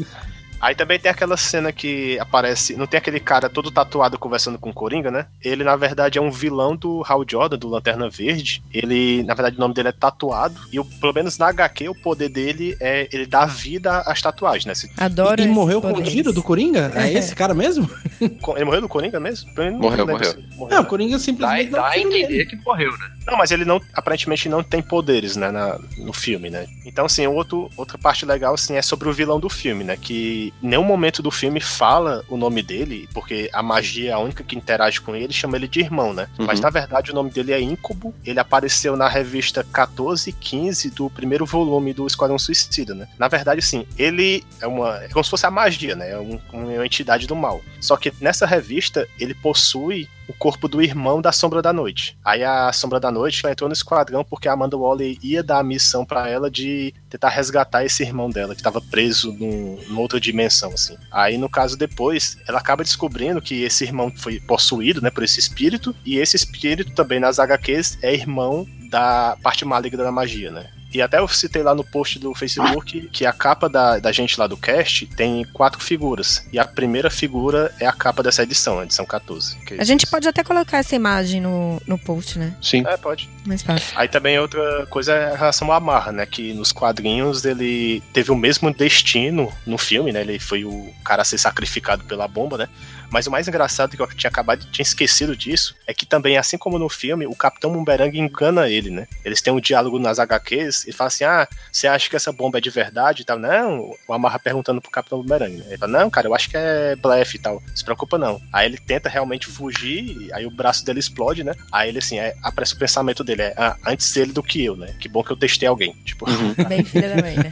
Aí também tem aquela cena que aparece, não tem aquele cara todo tatuado conversando com o Coringa, né? Ele, na verdade, é um vilão do Hal Jordan, do Lanterna Verde. Ele, na verdade, o nome dele é Tatuado. E, pelo menos na HQ, o poder dele é ele dá vida às tatuagens, né? Adoro. E morreu com o tiro do Coringa? É esse cara mesmo? Ele morreu do Coringa mesmo? Morreu. Não, o Coringa simplesmente dá a entender que morreu, né? Não, mas ele não, aparentemente não tem poderes, né, no filme, né? Então, assim, outra parte legal, assim, é sobre o vilão do filme, né? Que em nenhum momento do filme fala o nome dele, porque a magia é a única que interage com ele, chama ele de irmão, né? Mas, na verdade, o nome dele é Incubo. Ele apareceu na revista 14 e 15 do primeiro volume do Esquadrão Suicida, né? Na verdade, assim, ele é como se fosse a magia, né? É uma entidade do mal. Só que nessa revista, ele possui o corpo do irmão da Sombra da Noite. Aí a Sombra da Noite ela entrou no esquadrão porque a Amanda Waller ia dar a missão pra ela de tentar resgatar esse irmão dela, que tava preso numa outra dimensão, assim. Aí, no caso, depois, ela acaba descobrindo que esse irmão foi possuído, né, por esse espírito, e esse espírito também nas HQs é irmão da parte maligna da magia, né? E até eu citei lá no post do Facebook que a capa da gente lá do cast tem 4 figuras. E a primeira figura é a capa dessa edição, a edição 14. A gente pode até colocar essa imagem no post, né? Sim. Pode. Mais fácil. Aí também outra coisa é em relação ao Amarra, né? Que nos quadrinhos ele teve o mesmo destino no filme, né? Ele foi o cara a ser sacrificado pela bomba, né? Mas o mais engraçado que eu tinha esquecido disso, é que também, assim como no filme, o Capitão Boomerang engana ele, né? Eles têm um diálogo nas HQs e fala assim, você acha que essa bomba é de verdade e tal? Não, o Amarra perguntando pro Capitão Boomerang, né? Ele fala, não, cara, eu acho que é blefe e tal, não se preocupa não. Aí ele tenta realmente fugir, aí o braço dele explode, né? Aí ele assim, aparece o pensamento dele, antes ele do que eu, né? Que bom que eu testei alguém, tipo... Bem filha da mãe, né?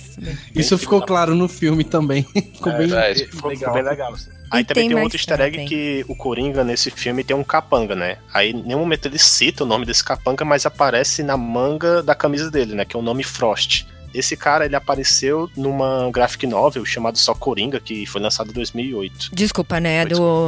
Isso ficou claro no filme também. Ficou bem legal. Assim. Aí também tem um outro easter egg que o Coringa nesse filme tem um capanga, né? Aí em nenhum momento ele cita o nome desse capanga, mas aparece na manga da camisa dele, né? Que é o nome Frost. Esse cara, ele apareceu numa graphic novel chamado Só Coringa, que foi lançado em 2008. Desculpa, né?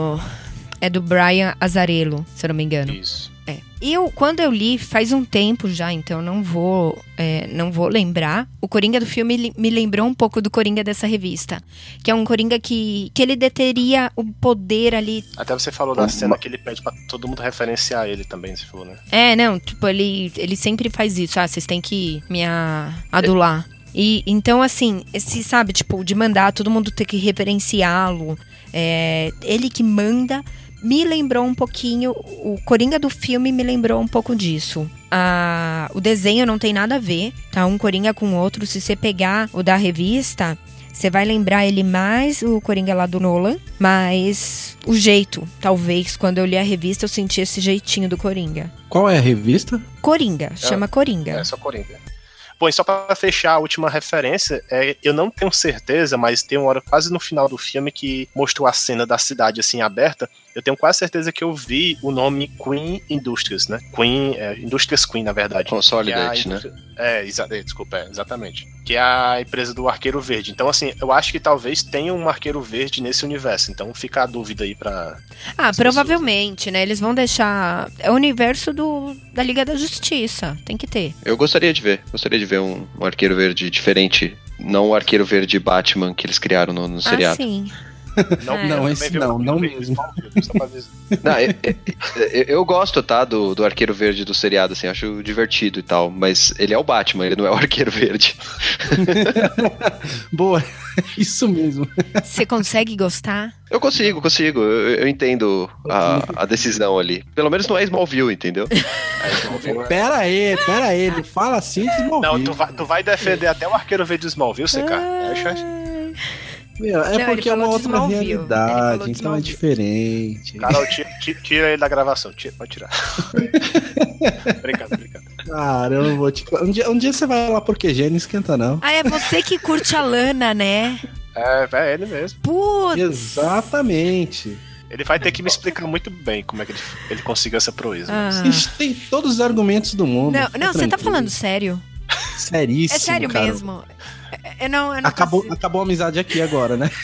É do Brian Azzarello, se eu não me engano. Isso. Quando eu li, faz um tempo já, então não vou lembrar. O Coringa do filme me lembrou um pouco do Coringa dessa revista. Que é um Coringa que ele deteria o poder ali. Até você falou da cena que ele pede pra todo mundo referenciar ele também, você falou, né? Tipo, ele sempre faz isso. Vocês têm que me adular. E então, assim, sabe, tipo, de mandar todo mundo ter que referenciá-lo. Ele que manda... Me lembrou um pouquinho, o Coringa do filme me lembrou um pouco disso. O desenho não tem nada a ver, tá? Um Coringa com o outro. Se você pegar o da revista, você vai lembrar ele mais o Coringa lá do Nolan, mas o jeito, talvez, quando eu li a revista, eu senti esse jeitinho do Coringa. Qual é a revista? Coringa, chama Coringa. É só Coringa. Bom, e só pra fechar a última referência, eu não tenho certeza, mas tem uma hora quase no final do filme que mostrou a cena da cidade assim aberta. Eu tenho quase certeza que eu vi o nome Queen Industries, né? Indústrias Queen, na verdade. Consolidate, né? Exatamente. Que é a empresa do Arqueiro Verde. Então, assim, eu acho que talvez tenha um Arqueiro Verde nesse universo. Então, fica a dúvida aí pra... provavelmente, né? Eles vão deixar... É o universo da Liga da Justiça. Tem que ter. Eu gostaria de ver um Arqueiro Verde diferente Não o Arqueiro Verde Batman que eles criaram no seriado. Sim. Não, esse não mesmo. Não, eu gosto, tá, do Arqueiro Verde do seriado, assim, acho divertido e tal, mas ele é o Batman, ele não é o Arqueiro Verde. Boa, isso mesmo. Você consegue gostar? Eu consigo, eu entendo a decisão ali. Pelo menos não é Smallville, entendeu? Pera aí, não fala assim de Smallville. Não, tu vai defender até o Arqueiro Verde do Smallville, você, cara. Meu, porque é uma outra realidade, então é diferente. Carol, tira ele da gravação, pode tirar. Brincando. Cara, eu não vou te... Um dia você vai lá por QG, não esquenta não. É você que curte a Lana, né? É ele mesmo. Putz. Exatamente. Ele vai ter que me explicar muito bem como é que ele conseguiu essa proeza. A gente tem todos os argumentos do mundo. Não, você tá falando sério? Seríssimo, é sério cara. Mesmo? Eu não acabou a amizade aqui agora, né?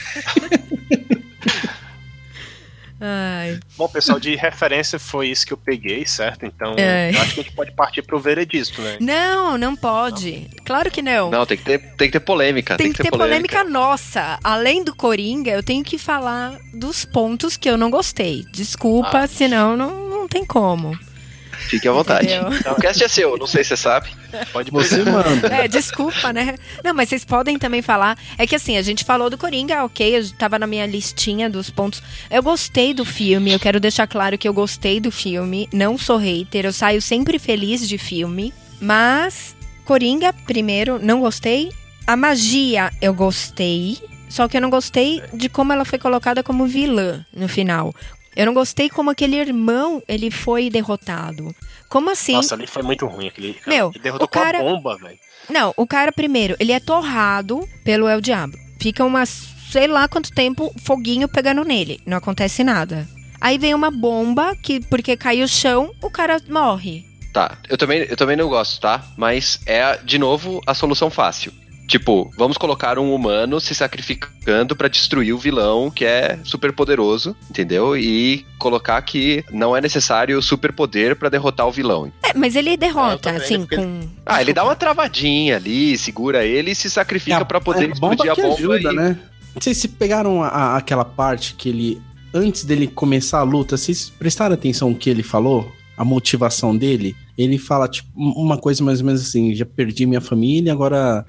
Ai. Bom, pessoal, de referência foi isso que eu peguei, certo? Então, eu acho que a gente pode partir pro veredito, né? Não pode. Claro que não. Não, tem que ter polêmica. Tem que ter polêmica nossa. Além do Coringa, eu tenho que falar dos pontos que eu não gostei. Desculpa, senão não tem como. Fique à vontade. Então, o cast é seu, não sei se você sabe. Pode você manda. Desculpa, né? Não, mas vocês podem também falar. É que assim, a gente falou do Coringa, ok, eu tava na minha listinha dos pontos. Eu gostei do filme, eu quero deixar claro que eu gostei do filme. Não sou hater, eu saio sempre feliz de filme. Mas, Coringa, primeiro, não gostei. A magia, eu gostei. Só que eu não gostei de como ela foi colocada como vilã no final. Eu não gostei como aquele irmão, ele foi derrotado. Como assim? Nossa, ali foi muito ruim. Ele derrotou o cara... com a bomba, velho. Não, o cara, primeiro, ele é torrado pelo El Diablo. Fica sei lá quanto tempo, foguinho pegando nele. Não acontece nada. Aí vem uma bomba, porque caiu o chão, o cara morre. Tá, eu também não gosto, tá? Mas é, de novo, a solução fácil. Tipo, vamos colocar um humano se sacrificando pra destruir o vilão, que é super poderoso, entendeu? E colocar que não é necessário superpoder pra derrotar o vilão. Mas ele derrota, assim, com... ele dá uma travadinha ali, segura ele e se sacrifica pra poder explodir a bomba. Ajuda, né? Não sei se pegaram aquela parte que ele... Antes dele começar a luta, vocês prestaram atenção no que ele falou? A motivação dele? Ele fala, tipo, uma coisa mais ou menos assim, já perdi minha família, agora...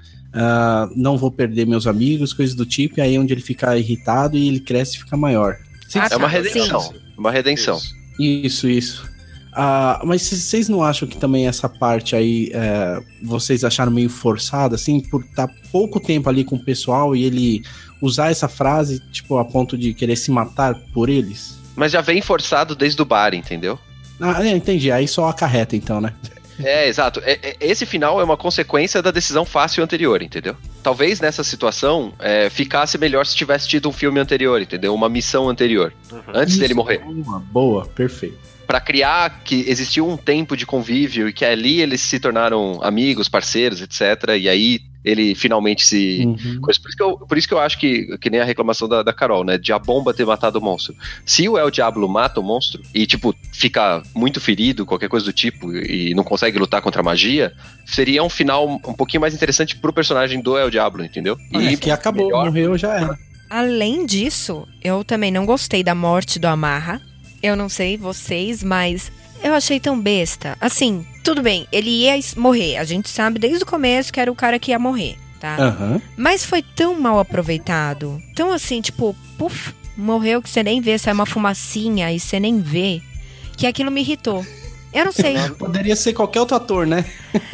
não vou perder meus amigos, coisas do tipo, e aí é onde ele fica irritado e ele cresce e fica maior. É uma redenção. Uma redenção. Isso. Mas vocês não acham que também essa parte aí vocês acharam meio forçada, assim, por estar pouco tempo ali com o pessoal e ele usar essa frase, tipo, a ponto de querer se matar por eles? Mas já vem forçado desde o bar, entendeu? Entendi. Aí só acarreta, então, né? Exato. Esse final é uma consequência da decisão fácil anterior, entendeu? Talvez nessa situação ficasse melhor se tivesse tido um filme anterior, entendeu? Uma missão anterior, antes dele morrer. Boa, perfeito. Pra criar que existiu um tempo de convívio e que ali eles se tornaram amigos, parceiros, etc. E aí ele finalmente se... Por isso que eu acho que nem a reclamação da Carol, né? De a bomba ter matado o monstro. Se o El Diablo mata o monstro e, tipo, fica muito ferido, qualquer coisa do tipo, e não consegue lutar contra a magia, seria um final um pouquinho mais interessante pro personagem do El Diablo, entendeu? E que acabou, morreu, já era. Além disso, eu também não gostei da morte do Amarra. Eu não sei vocês, mas eu achei tão besta. Assim, tudo bem, ele ia morrer. A gente sabe desde o começo que era o cara que ia morrer, tá? Mas foi tão mal aproveitado. Tão assim, tipo, puf, morreu que você nem vê, sai uma fumacinha e você nem vê. Que aquilo me irritou. Eu não sei. Poderia ser qualquer outro ator, né?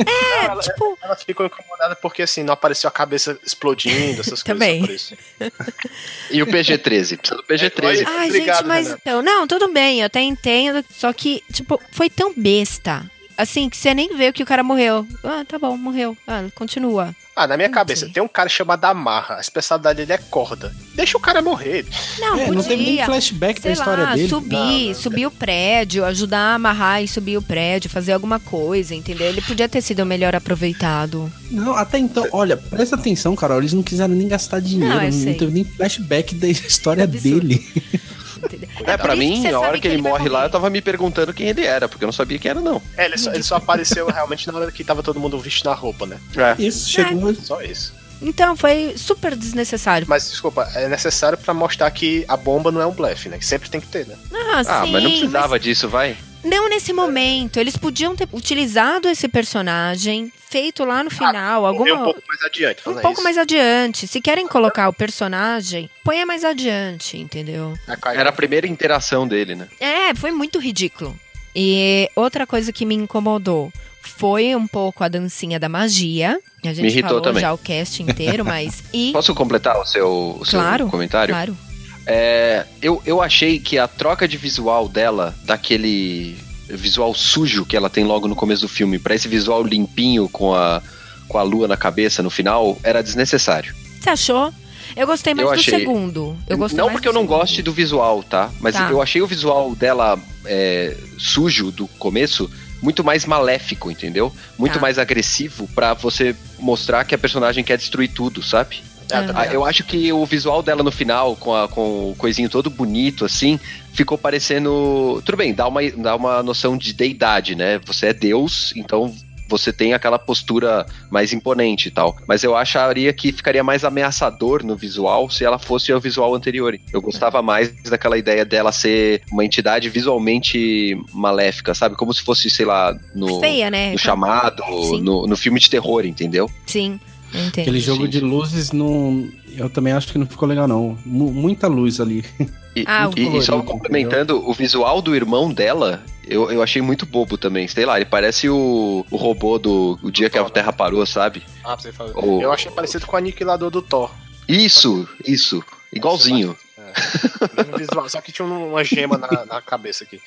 Ela ficou incomodada porque, assim, não apareceu a cabeça explodindo, essas também. coisas. Também. E o PG-13? Precisa do PG-13. Ai, obrigado, gente, mas Renato. Então... Não, tudo bem, eu até entendo. Só que, tipo, foi tão besta. Assim, que você nem vê que o cara morreu. Tá bom, morreu. Continua. Na minha cabeça, tem um cara chamado Amarra. A especialidade dele é corda. Deixa o cara morrer. Não teve nem flashback da história dele. Subir o prédio, ajudar a amarrar e subir o prédio, fazer alguma coisa, entendeu? Ele podia ter sido melhor aproveitado. Não, até então, olha, presta atenção, Carol, eles não quiseram nem gastar dinheiro, não teve nem flashback da história dele. Pra mim, na hora que ele morre lá, eu tava me perguntando quem ele era, porque eu não sabia quem era, não. Ele só apareceu realmente na hora que tava todo mundo vestindo a roupa, né? Isso, chegou. Só isso. Então, foi super desnecessário. Mas, desculpa, é necessário pra mostrar que a bomba não é um blefe, né? Que sempre tem que ter, né? Sim, mas não precisava disso, vai. Não nesse momento. Eles podiam ter utilizado esse personagem, feito lá no final. Um pouco mais adiante. Um pouco mais adiante. Se querem colocar o personagem, ponha mais adiante, entendeu? Era a primeira interação dele, né? Foi muito ridículo. E outra coisa que me incomodou foi um pouco a dancinha da magia. A gente me irritou falou também. Já o cast inteiro, mas... Posso completar o seu comentário? Claro. Eu achei que a troca de visual dela, daquele visual sujo que ela tem logo no começo do filme, pra esse visual limpinho com a lua na cabeça no final, era desnecessário. Você achou? Eu gostei mais do segundo. Não porque eu não goste do visual, tá? Mas eu achei o visual dela sujo do começo muito mais maléfico, entendeu? Muito mais agressivo pra você mostrar que a personagem quer destruir tudo, sabe? Eu acho que o visual dela no final, com o coisinho todo bonito, assim, ficou parecendo... Tudo bem, dá uma noção de deidade, né? Você é Deus, então você tem aquela postura mais imponente e tal. Mas eu acharia que ficaria mais ameaçador no visual se ela fosse o visual anterior. Eu gostava mais daquela ideia dela ser uma entidade visualmente maléfica, sabe? Como se fosse, sei lá, feia, né? No Chamado, no filme de terror, entendeu? Sim. Entendi. Aquele jogo de luzes eu também acho que não ficou legal, não. Muita luz ali. E só complementando, o visual do irmão dela, eu achei muito bobo também. Sei lá, ele parece o robô do dia que a Terra parou, sabe? Pra você falar. Eu achei parecido com o Aniquilador do Thor. Isso. Igualzinho. Mesmo visual, só que tinha uma gema na cabeça aqui.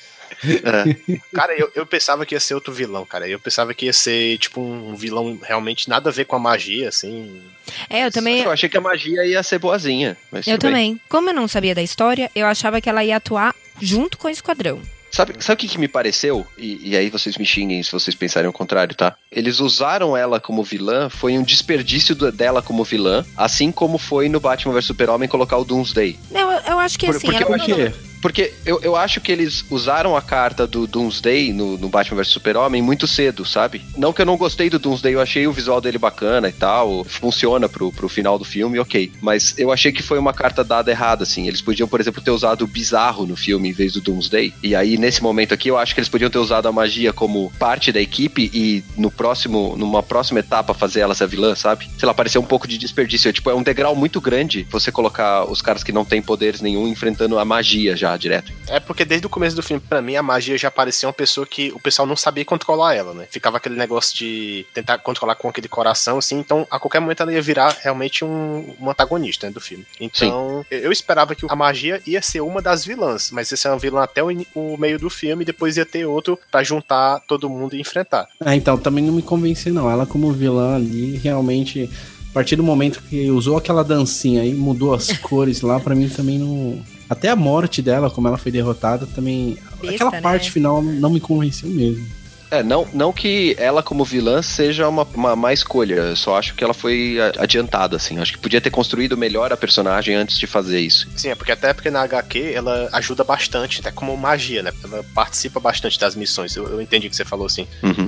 Cara, eu pensava que ia ser outro vilão, cara. Eu pensava que ia ser, tipo, um vilão realmente nada a ver com a magia, assim. Eu também. Eu achei que a magia ia ser boazinha. Mas eu também. Como eu não sabia da história, eu achava que ela ia atuar junto com o Esquadrão. Sabe o que me pareceu? E aí vocês me xinguem se vocês pensarem o contrário, tá? Eles usaram ela como vilã, foi um desperdício dela como vilã, assim como foi no Batman vs Super-Homem colocar o Doomsday. Eu acho que assim... Porque eu acho que eles usaram a carta do Doomsday no Batman vs Super-Homem muito cedo, sabe? Não que eu não gostei do Doomsday, eu achei o visual dele bacana e tal, funciona pro final do filme, ok. Mas eu achei que foi uma carta dada errada, assim. Eles podiam, por exemplo, ter usado o Bizarro no filme em vez do Doomsday. E aí, nesse momento aqui, eu acho que eles podiam ter usado a magia como parte da equipe e numa próxima etapa fazer ela ser a vilã, sabe? Sei lá, pareceu um pouco de desperdício. É um degrau muito grande você colocar os caras que não têm poderes nenhum enfrentando a magia já direto. É porque desde o começo do filme, pra mim, a magia já parecia uma pessoa que o pessoal não sabia controlar ela, né? Ficava aquele negócio de tentar controlar com aquele coração, assim, então a qualquer momento ela ia virar realmente um antagonista, né, do filme. Então, eu esperava que a magia ia ser uma das vilãs, mas ia ser uma vilã até o meio do filme e depois ia ter outro pra juntar todo mundo e enfrentar. Então, também não me convenceu, não. Ela como vilã ali, realmente... A partir do momento que usou aquela dancinha e mudou as cores lá, pra mim também não... Até a morte dela, como ela foi derrotada, também... Aquela parte final não me convenceu mesmo. Não que ela como vilã seja uma má escolha, eu só acho que ela foi adiantada, assim. Acho que podia ter construído melhor a personagem antes de fazer isso. Sim, porque na HQ ela ajuda bastante, até como magia, né? Ela participa bastante das missões, eu entendi o que você falou, assim. Uhum.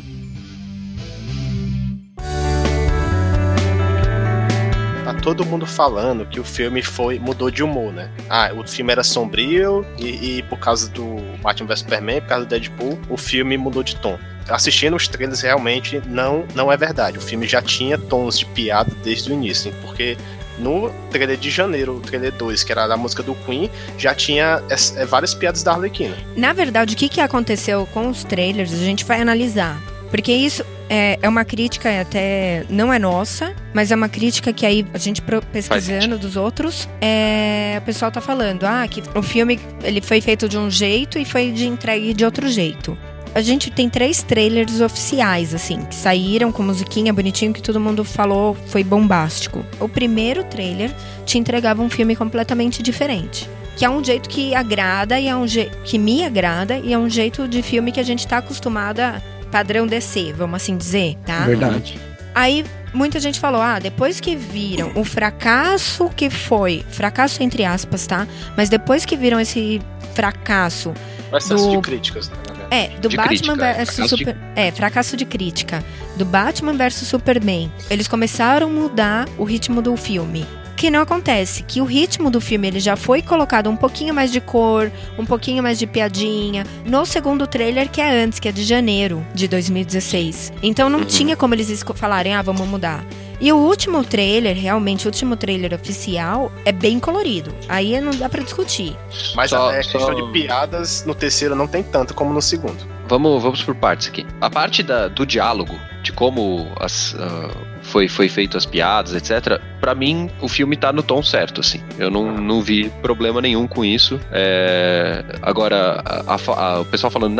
Tá todo mundo falando que o filme mudou de humor, né? O filme era sombrio e por causa do Batman vs Superman, por causa do Deadpool, o filme mudou de tom. Assistindo os trailers, realmente não é verdade. O filme já tinha tons de piada desde o início, porque no trailer de janeiro, o trailer 2, que era da música do Queen, já tinha várias piadas da Arlequina. Na verdade, o que aconteceu com os trailers, a gente vai analisar. Porque isso é uma crítica até, não é nossa, mas é uma crítica que aí a gente pesquisando dos outros, o pessoal tá falando, que o filme ele foi feito de um jeito e foi entregue de outro jeito. A gente tem 3 trailers oficiais, assim, que saíram com musiquinha bonitinho, que todo mundo falou foi bombástico. O primeiro trailer te entregava um filme completamente diferente. Que é um jeito que agrada, e é um jeito que me agrada, e é um jeito de filme que a gente tá acostumada padrão DC, vamos assim dizer, tá? Verdade. Aí, muita gente falou, depois que viram o fracasso que foi, fracasso entre aspas, tá? Mas depois que viram esse fracasso excesso de críticas, né? Do Batman vs Superman. Fracasso de crítica. Do Batman vs Superman. Eles começaram a mudar o ritmo do filme. Que não acontece, que o ritmo do filme ele já foi colocado um pouquinho mais de cor, um pouquinho mais de piadinha, no segundo trailer que é antes, que é de janeiro de 2016. Então não tinha como eles falarem, vamos mudar. E o último trailer, realmente, o último trailer oficial é bem colorido. Aí não dá pra discutir. Mas a questão de piadas no terceiro não tem tanto como no segundo. Vamos por partes aqui. A parte do diálogo, de como foi feito as piadas, etc. Pra mim, o filme tá no tom certo, assim. Eu não vi problema nenhum com isso. Agora, o pessoal falando,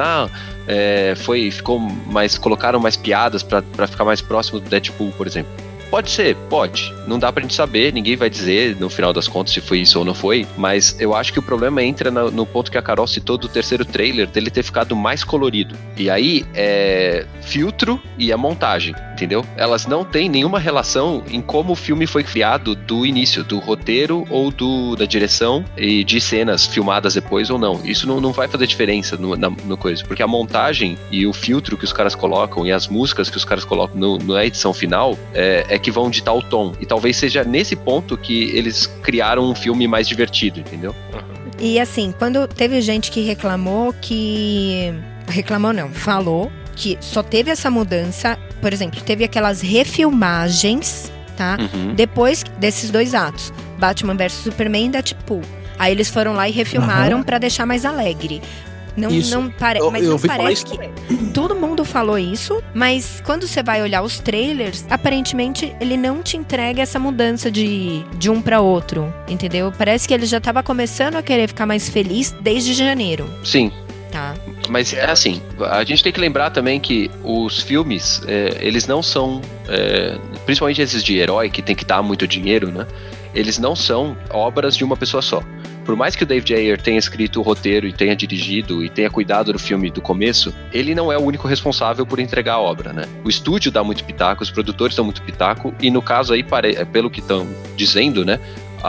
colocaram mais piadas pra ficar mais próximo do Deadpool, por exemplo. Pode ser, pode. Não dá pra gente saber, ninguém vai dizer no final das contas se foi isso ou não foi, mas eu acho que o problema entra no ponto que a Carol citou do terceiro trailer, dele ter ficado mais colorido. E aí, filtro e a montagem, entendeu? Elas não têm nenhuma relação em como o filme foi criado do início, do roteiro ou da direção e de cenas filmadas depois ou não. Isso não vai fazer diferença no coisa, porque a montagem e o filtro que os caras colocam e as músicas que os caras colocam na edição final é que vão ditar o tom. E talvez seja nesse ponto que eles criaram um filme mais divertido, entendeu? E assim, quando teve gente que falou que só teve essa mudança, por exemplo, teve aquelas refilmagens, tá? Depois desses dois atos, Batman vs Superman e Deadpool. Aí eles foram lá e refilmaram pra deixar mais alegre. Parece que todo mundo falou isso, mas quando você vai olhar os trailers, aparentemente ele não te entrega essa mudança de um pra outro, entendeu? Parece que ele já tava começando a querer ficar mais feliz desde janeiro. Sim. Tá. Mas é assim, a gente tem que lembrar também que os filmes, eles não são, principalmente esses de herói, que tem que dar muito dinheiro, né? Eles não são obras de uma pessoa só. Por mais que o David Ayer tenha escrito o roteiro e tenha dirigido e tenha cuidado do filme do começo, ele não é o único responsável por entregar a obra, né? O estúdio dá muito pitaco, os produtores dão muito pitaco, e no caso aí, pelo que estão dizendo, né?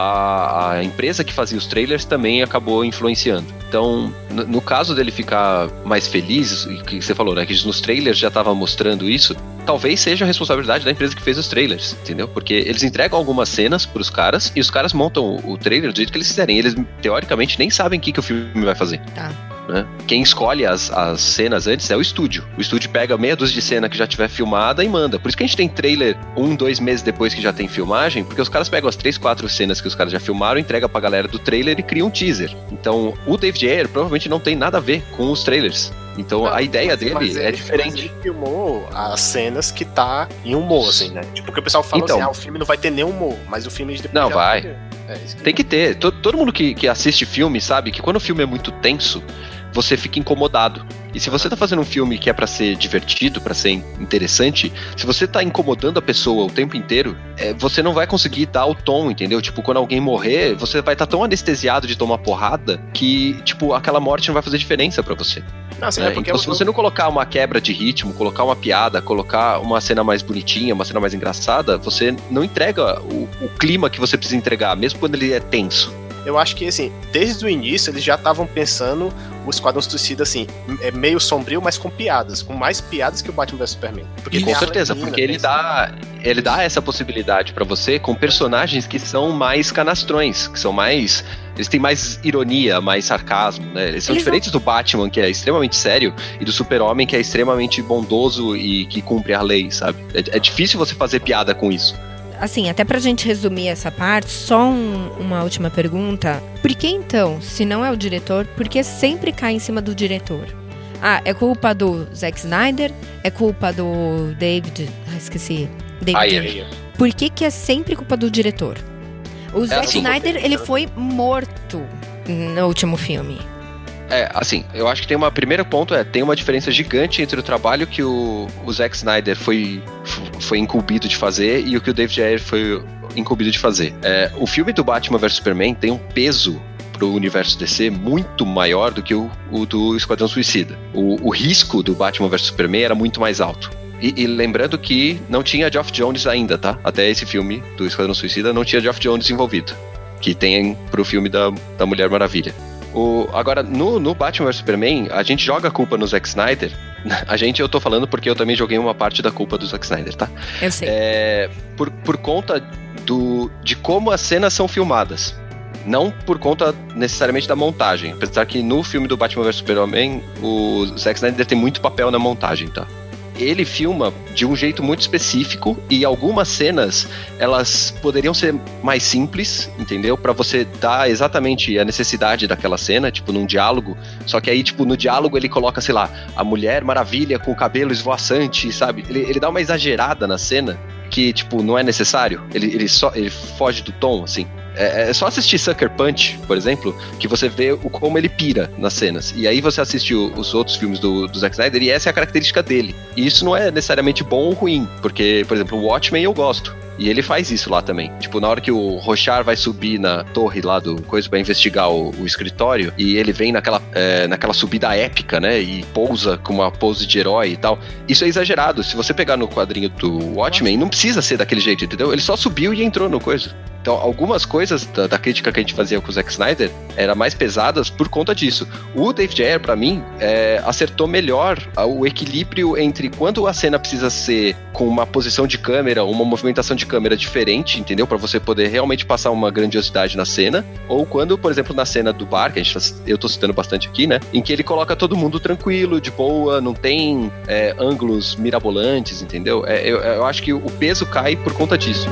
A empresa que fazia os trailers também acabou influenciando. Então, no caso dele ficar mais feliz, que você falou, né, que nos trailers já estava mostrando isso, talvez seja a responsabilidade da empresa que fez os trailers, entendeu? Porque eles entregam algumas cenas pros caras e os caras montam o trailer do jeito que eles quiserem. Eles, teoricamente, nem sabem o que o filme vai fazer. Tá. Né? Quem escolhe as cenas antes é o estúdio. O estúdio pega meia dúzia de cena que já tiver filmada e manda. Por isso que a gente tem trailer 1-2 meses depois que já tem filmagem, porque os caras pegam as 3-4 cenas que os caras já filmaram, entregam pra galera do trailer e criam um teaser. Então, o David Ayer provavelmente não tem nada a ver com os trailers. Então, a ideia dele é diferente. Ele filmou as cenas que tá em humor, assim, né? Tipo, porque o pessoal fala assim, o filme não vai ter nem humor, mas o filme depois não vai. Tem que ter. Todo mundo que assiste filme sabe que quando o filme é muito tenso, você fica incomodado. E se você tá fazendo um filme que é pra ser divertido, pra ser interessante, se você tá incomodando a pessoa o tempo inteiro, você não vai conseguir dar o tom, entendeu? Tipo, quando alguém morrer, você vai estar tão anestesiado de tomar porrada que, tipo, aquela morte não vai fazer diferença pra você. Não, assim, então, se você não colocar uma quebra de ritmo, colocar uma piada, colocar uma cena mais bonitinha, uma cena mais engraçada, você não entrega o clima que você precisa entregar, mesmo quando ele é tenso. Eu acho que, assim, desde o início eles já estavam pensando o Esquadrão Suicida, assim, meio sombrio, mas com piadas, com mais piadas que o Batman vs Superman. Porque com certeza, porque ele dá essa possibilidade pra você com personagens que são mais canastrões, que são mais... Eles têm mais ironia, mais sarcasmo, né? Eles são diferentes do Batman, que é extremamente sério, e do Super-Homem, que é extremamente bondoso e que cumpre a lei, sabe? É difícil você fazer piada com isso. Assim, até pra gente resumir essa parte, só uma última pergunta. Por que então, se não é o diretor, por que sempre cai em cima do diretor? É culpa do Zack Snyder? É culpa do David... esqueci. Ayer. Por que é sempre culpa do diretor? O Zack Snyder, ele foi morto no último filme. Assim, eu acho que tem primeiro ponto tem uma diferença gigante entre o trabalho que o Zack Snyder foi incumbido de fazer e o que o David Ayer foi incumbido de fazer. O filme do Batman vs Superman tem um peso pro universo DC muito maior do que o do Esquadrão Suicida. O risco do Batman vs Superman era muito mais alto. E lembrando que não tinha Geoff Johns ainda, tá? Até esse filme do Esquadrão Suicida não tinha Geoff Johns envolvido, que tem pro filme da Mulher Maravilha. Agora, no Batman vs Superman, a gente joga a culpa no Zack Snyder. Eu tô falando porque eu também joguei uma parte da culpa do Zack Snyder, tá? Eu sei. Por conta de como as cenas são filmadas. Não por conta necessariamente da montagem. Apesar que no filme do Batman vs Superman, o Zack Snyder tem muito papel na montagem, tá? Ele filma de um jeito muito específico e algumas cenas, elas poderiam ser mais simples, entendeu? Pra você dar exatamente a necessidade daquela cena, tipo, num diálogo. Só que aí, tipo, no diálogo ele coloca, sei lá, a Mulher Maravilha com o cabelo esvoaçante, sabe? Ele dá uma exagerada na cena que, tipo, não é necessário. Ele foge do tom, assim. É só assistir Sucker Punch, por exemplo, que você vê como ele pira nas cenas. E aí você assiste os outros filmes do Zack Snyder e essa é a característica dele. E isso não é necessariamente bom ou ruim, porque, por exemplo, o Watchmen eu gosto. E ele faz isso lá também. Tipo, na hora que o Rorschach vai subir na torre lá do coisa pra investigar o escritório, e ele vem naquela subida épica, né? E pousa com uma pose de herói e tal. Isso é exagerado. Se você pegar no quadrinho do Watchmen, não precisa ser daquele jeito, entendeu? Ele só subiu e entrou no coisa. Então, algumas coisas da crítica que a gente fazia com o Zack Snyder eram mais pesadas por conta disso. O David Ayer, pra mim, acertou melhor o equilíbrio entre quando a cena precisa ser com uma posição de câmera, uma movimentação de câmera diferente, entendeu? Pra você poder realmente passar uma grandiosidade na cena. Ou quando, por exemplo, na cena do bar, que eu tô citando bastante aqui, né? Em que ele coloca todo mundo tranquilo, de boa, não tem ângulos mirabolantes, entendeu? Eu acho que o peso cai por conta disso.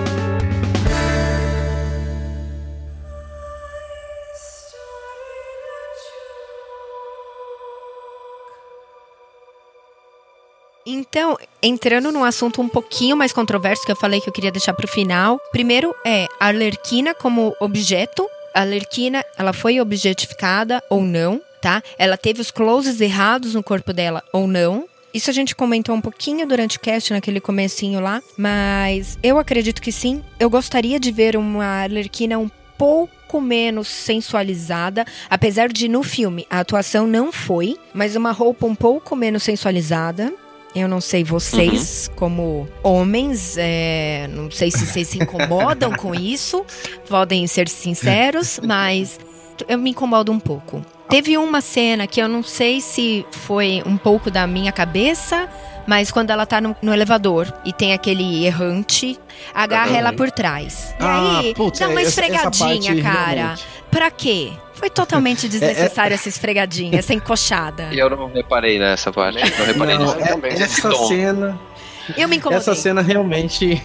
Então, entrando num assunto um pouquinho mais controverso, que eu falei que eu queria deixar pro final. Primeiro a Arlequina como objeto. A Arlequina, ela foi objetificada ou não, tá? Ela teve os closes errados no corpo dela ou não. Isso a gente comentou um pouquinho durante o cast, naquele comecinho lá. Mas eu acredito que sim. Eu gostaria de ver uma Arlequina um pouco menos sensualizada, apesar de no filme a atuação não foi, mas uma roupa um pouco menos sensualizada. Eu não sei vocês, como homens, não sei se vocês se incomodam com isso, podem ser sinceros, mas eu me incomodo um pouco. Teve uma cena que eu não sei se foi um pouco da minha cabeça, mas quando ela tá no elevador e tem aquele errante, agarra ela por trás. E aí, dá uma esfregadinha, cara. Realmente. Pra quê? Foi totalmente desnecessário essa esfregadinha, essa encoxada. E eu não reparei nessa parte. Não reparei nisso. Essa cena... Eu me incomodei. Essa cena realmente...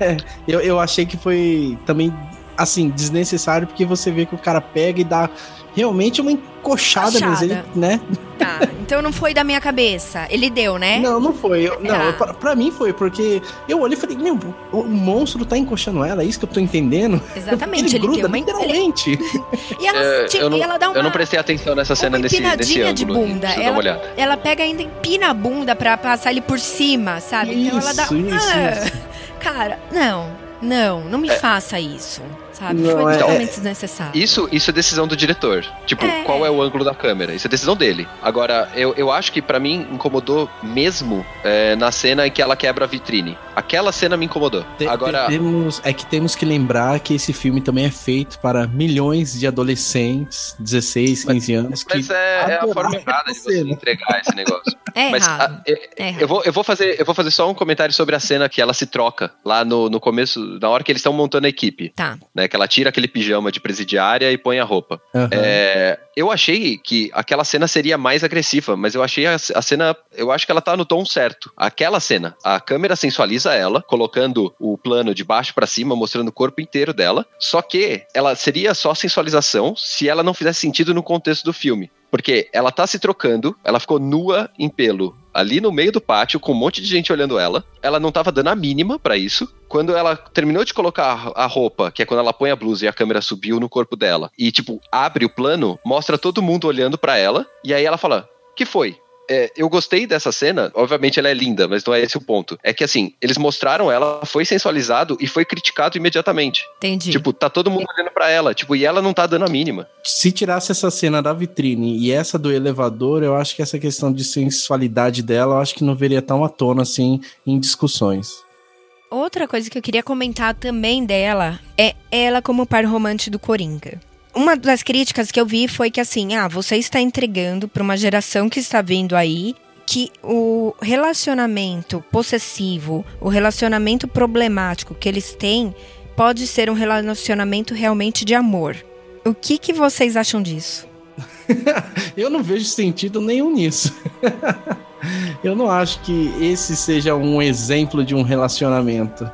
eu achei que foi também, assim, desnecessário, porque você vê que o cara pega e dá realmente uma encoxada mesmo, né? Tá, então não foi da minha cabeça. Ele deu, né? Não foi. Pra mim foi, porque eu olhei e falei, meu, o monstro tá encoxando ela, é isso que eu tô entendendo? Exatamente, ele gruda, literalmente. E ela dá uma... Eu não prestei atenção nessa cena nesse ângulo. De bunda. Ela pega ainda, empina a bunda pra passar ele por cima, sabe? Então ela dá... Isso. Cara, não me faça isso. Sabe? Não, foi totalmente desnecessário. Isso é decisão do diretor. Tipo, qual é o ângulo da câmera? Isso é decisão dele. Agora, eu acho que pra mim incomodou mesmo na cena em que ela quebra a vitrine. Aquela cena me incomodou. Agora... temos que lembrar que esse filme também é feito para milhões de adolescentes, 16, 15 anos. Mas é a forma errada de você entregar esse negócio. Errado. Eu vou fazer só um comentário sobre a cena que ela se troca lá no começo, na hora que eles estão montando a equipe. Tá. Né, que ela tira aquele pijama de presidiária e põe a roupa. Uhum. Eu achei que aquela cena seria mais agressiva, mas eu achei a cena, eu acho que ela tá no tom certo. Aquela cena, a câmera sensualiza ela, colocando o plano de baixo pra cima, mostrando o corpo inteiro dela, só que ela seria só sensualização se ela não fizesse sentido no contexto do filme. Porque ela tá se trocando, ela ficou nua em pelo ali no meio do pátio, com um monte de gente olhando ela. Ela não tava dando a mínima pra isso. Quando ela terminou de colocar a roupa, que é quando ela põe a blusa e a câmera subiu no corpo dela, e tipo, abre o plano, mostra todo mundo olhando pra ela, e aí ela fala, que foi? Eu gostei dessa cena, obviamente ela é linda, mas não é esse o ponto. É que assim, eles mostraram ela, foi sensualizado e foi criticado imediatamente. Entendi. Tipo, tá todo mundo olhando pra ela, tipo, e ela não tá dando a mínima. Se tirasse essa cena da vitrine e essa do elevador, eu acho que essa questão de sensualidade dela, eu acho que não veria tão à tona assim em discussões. Outra coisa que eu queria comentar também dela é ela como par romântico do Coringa. uma das críticas que eu vi foi que assim, você está entregando para uma geração que está vindo aí que o relacionamento possessivo, o relacionamento problemático que eles têm pode ser um relacionamento realmente de amor. O que vocês acham disso? Eu não vejo sentido nenhum nisso. Eu não acho que esse seja um exemplo de um relacionamento.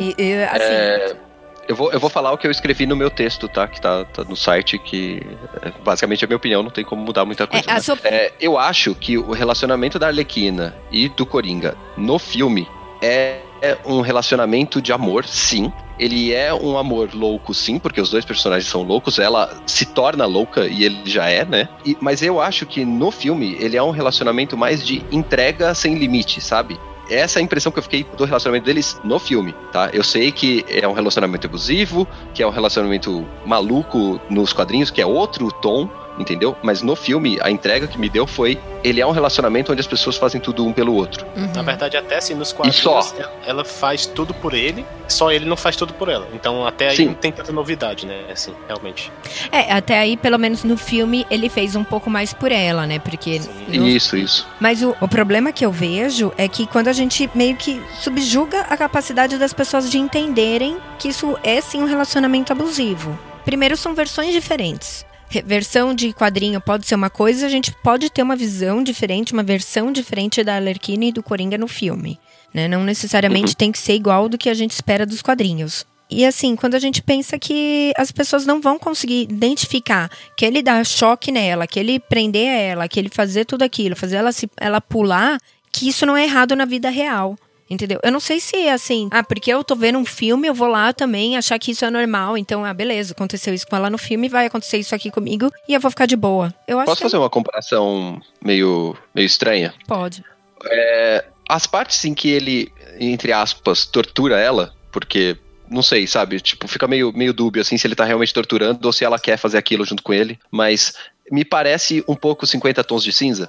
Eu vou falar o que eu escrevi no meu texto, tá? Que tá no site, que basicamente é a minha opinião, não tem como mudar muita coisa. Eu acho que o relacionamento da Arlequina e do Coringa no filme é um relacionamento de amor, sim. Ele é um amor louco, sim, porque os dois personagens são loucos. Ela se torna louca e ele já é, né? Mas eu acho que no filme ele é um relacionamento mais de entrega sem limite, sabe? Essa é a impressão que eu fiquei do relacionamento deles no filme, tá? Eu sei que é um relacionamento abusivo, que é um relacionamento maluco nos quadrinhos, que é outro tom, entendeu? Mas no filme, a entrega que me deu foi... Ele é um relacionamento onde as pessoas fazem tudo um pelo outro. Uhum. Na verdade, até assim, nos quadrinhos, ela faz tudo por ele, só ele não faz tudo por ela. Então, até aí não tem tanta novidade, né? Assim, realmente. Até aí, pelo menos no filme, ele fez um pouco mais por ela, né? Porque... Isso. Mas o problema que eu vejo é que quando a gente meio que subjuga a capacidade das pessoas de entenderem que isso é, sim, um relacionamento abusivo. Primeiro, são versões diferentes. Versão de quadrinho pode ser uma coisa, a gente pode ter uma visão diferente, uma versão diferente da Arlequina e do Coringa no filme, né? Não necessariamente tem que ser igual do que a gente espera dos quadrinhos. E assim, quando a gente pensa que as pessoas não vão conseguir identificar que ele dá choque nela, que ele prender ela, que ele fazer tudo aquilo, fazer ela pular, que isso não é errado na vida real. Entendeu? Eu não sei se é assim, porque eu tô vendo um filme, eu vou lá também achar que isso é normal. Então, beleza, aconteceu isso com ela no filme, vai acontecer isso aqui comigo e eu vou ficar de boa. Posso fazer uma comparação meio estranha? Pode. As partes em que ele, entre aspas, tortura ela, porque... Não sei, sabe? Tipo, fica meio dúbio, assim, se ele tá realmente torturando ou se ela quer fazer aquilo junto com ele. Mas me parece um pouco 50 tons de cinza.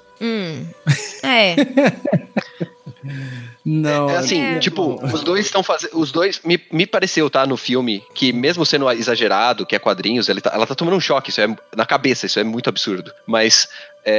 Não. Assim, tipo, os dois estão fazendo... Os dois... Me pareceu, tá, no filme, que mesmo sendo exagerado, que é quadrinhos, ela tá tomando um choque, isso é na cabeça, isso é muito absurdo. Mas...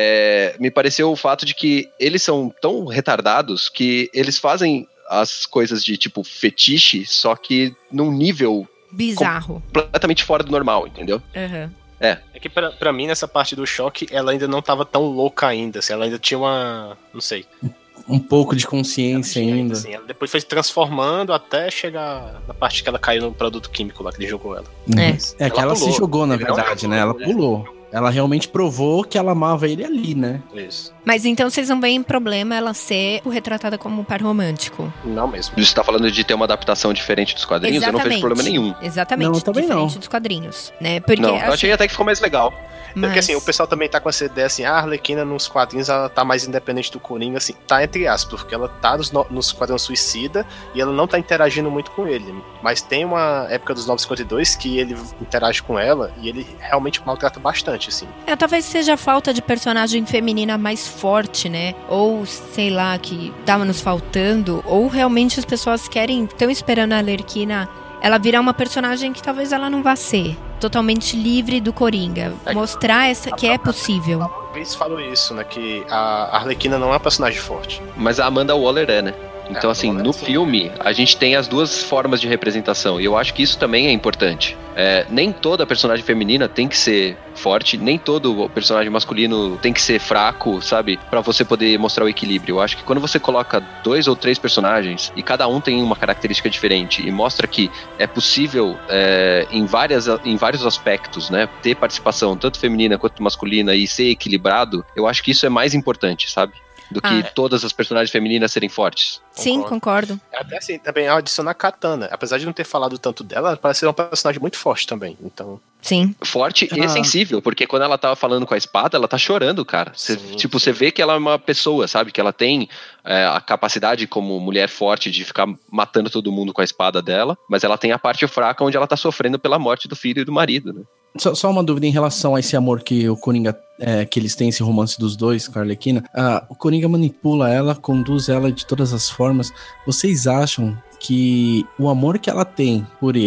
me pareceu o fato de que eles são tão retardados que eles fazem as coisas de, tipo, fetiche, só que num nível... bizarro. Completamente fora do normal, entendeu? Uhum. É que pra mim, nessa parte do choque, ela ainda não tava tão louca ainda, assim, ela ainda tinha uma... não sei... Um pouco de consciência ainda. Assim, ela depois foi se transformando até chegar na parte que ela caiu no produto químico lá, que ele jogou ela. Que ela se jogou, na verdade, né? Ela pulou. Ela realmente provou que ela amava ele ali, né? Isso. Mas então vocês não veem problema ela ser retratada como um par romântico? Não mesmo. Você tá falando de ter uma adaptação diferente dos quadrinhos? Exatamente. Eu não vejo problema nenhum. Exatamente. Não, também diferente não. dos quadrinhos, né? Porque, não, eu achei até que ficou mais legal. Porque assim, o pessoal também tá com essa ideia assim, a Arlequina nos quadrinhos ela tá mais independente do Coringa, assim, tá entre aspas, porque ela tá nos Quadrão Suicida e ela não tá interagindo muito com ele. Mas tem uma época dos 952 que ele interage com ela e ele realmente maltrata bastante, assim. Talvez seja a falta de personagem feminina mais forte, né? Ou, sei lá, que tava nos faltando, ou realmente as pessoas estão esperando a Arlequina ela virar uma personagem que talvez ela não vá ser totalmente livre do Coringa. Mostrar que é possível. Uma vez falou isso, né? Que a Arlequina não é uma personagem forte. Mas a Amanda Waller é, né? Então, assim, no filme, a gente tem as duas formas de representação. E eu acho que isso também é importante. Nem toda personagem feminina tem que ser forte, nem todo personagem masculino tem que ser fraco, sabe? Pra você poder mostrar o equilíbrio. Eu acho que quando você coloca 2 ou 3 personagens e cada um tem uma característica diferente e mostra que é possível em vários aspectos, né? Ter participação tanto feminina quanto masculina e ser equilibrado, eu acho que isso é mais importante, sabe? Do que todas as personagens femininas serem fortes. Sim, concordo. Até assim, também adiciona a Katana. Apesar de não ter falado tanto dela, ela parece ser uma personagem muito forte também. Então... Sim. Forte e sensível, porque quando ela tava falando com a espada, ela tá chorando, cara. Você vê que ela é uma pessoa, sabe? Que ela tem a capacidade como mulher forte de ficar matando todo mundo com a espada dela, mas ela tem a parte fraca onde ela tá sofrendo pela morte do filho e do marido, né? Só uma dúvida em relação a esse amor que o Coringa, que eles têm, esse romance dos dois com a Arlequina. O Coringa manipula ela, conduz ela de todas as formas. Vocês acham que o amor que ela tem por ele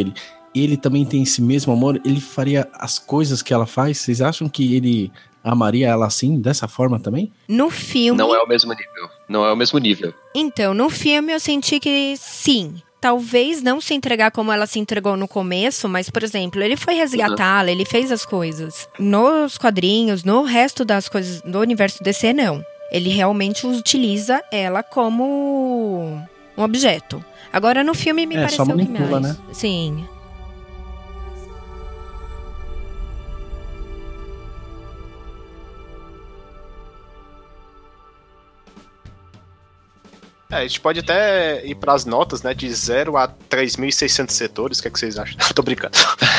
ele também tem esse mesmo amor, ele faria as coisas que ela faz? Vocês acham que ele amaria ela assim, dessa forma também? No filme... Não é o mesmo nível. Não é o mesmo nível. Então, no filme eu senti que sim. Talvez não se entregar como ela se entregou no começo, mas, por exemplo, ele foi resgatá-la, ele fez as coisas. Nos quadrinhos, no resto das coisas do universo DC, não. Ele realmente utiliza ela como um objeto. Agora, no filme me pareceu só manipula, demais. né? Sim. A gente pode até ir pras notas, né? De 0 a 3.600 setores. O que é que vocês acham? Tô brincando.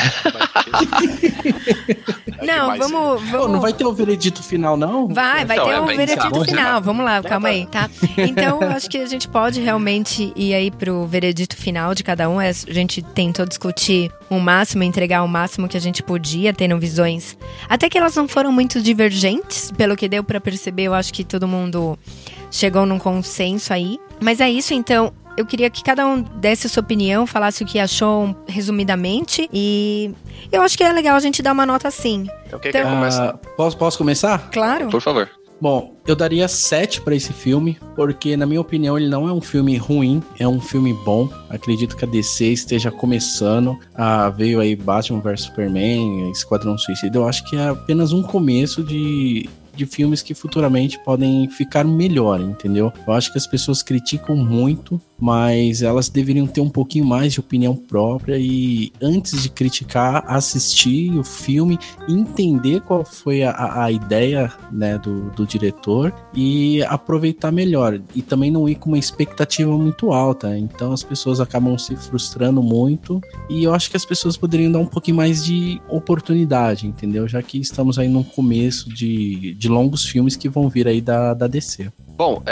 Não, vamos... Não vai ter o veredito final, não? Vai Então, ter um bem veredito encerrado, final. Vamos lá, calma aí, tá? Então, eu acho que a gente pode realmente ir aí pro veredito final de cada um. A gente tentou discutir o máximo, entregar o máximo que a gente podia, tendo visões. Até que elas não foram muito divergentes, pelo que deu pra perceber. Eu acho que todo mundo chegou num consenso aí. Mas é isso, então. Eu queria que cada um desse a sua opinião, falasse o que achou resumidamente. E eu acho que é legal a gente dar uma nota assim. Então, quem quer começar? Posso começar? Claro. Por favor. Bom, eu daria 7 pra esse filme, porque na minha opinião ele não é um filme ruim, é um filme bom. Acredito que a DC esteja começando, veio aí Batman vs Superman, Esquadrão Suicida. Eu acho que é apenas um começo de filmes que futuramente podem ficar melhor, entendeu? Eu acho que as pessoas criticam muito, mas elas deveriam ter um pouquinho mais de opinião própria e antes de criticar, assistir o filme, entender qual foi a ideia, né, do diretor e aproveitar melhor. E também não ir com uma expectativa muito alta, então as pessoas acabam se frustrando muito e eu acho que as pessoas poderiam dar um pouquinho mais de oportunidade, entendeu? Já que estamos aí no começo de longos filmes que vão vir aí da DC. Bom,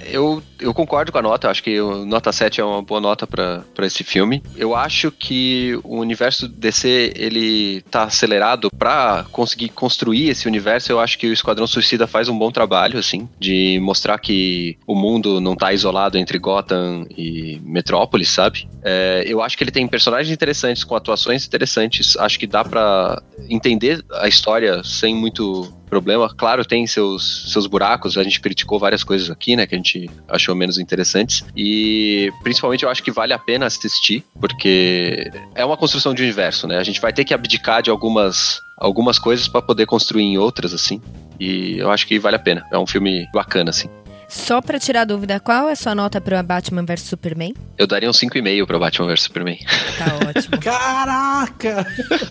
eu concordo com a nota, eu acho que nota 7 é uma boa nota pra esse filme. Eu acho que o universo DC, ele tá acelerado pra conseguir construir esse universo. Eu acho que o Esquadrão Suicida faz um bom trabalho, assim, de mostrar que o mundo não tá isolado entre Gotham e Metrópolis, sabe? Eu acho que ele tem personagens interessantes, com atuações interessantes. Acho que dá pra entender a história sem muito problema. Claro, tem seus buracos, a gente criticou várias coisas aqui, né, que a gente achou menos interessantes, e principalmente eu acho que vale a pena assistir, porque é uma construção de universo, né, a gente vai ter que abdicar de algumas coisas para poder construir em outras, assim, e eu acho que vale a pena, é um filme bacana, assim. Só pra tirar dúvida, qual é a sua nota pro Batman vs Superman? Eu daria um 5,5 pro Batman vs Superman. Tá ótimo. Caraca!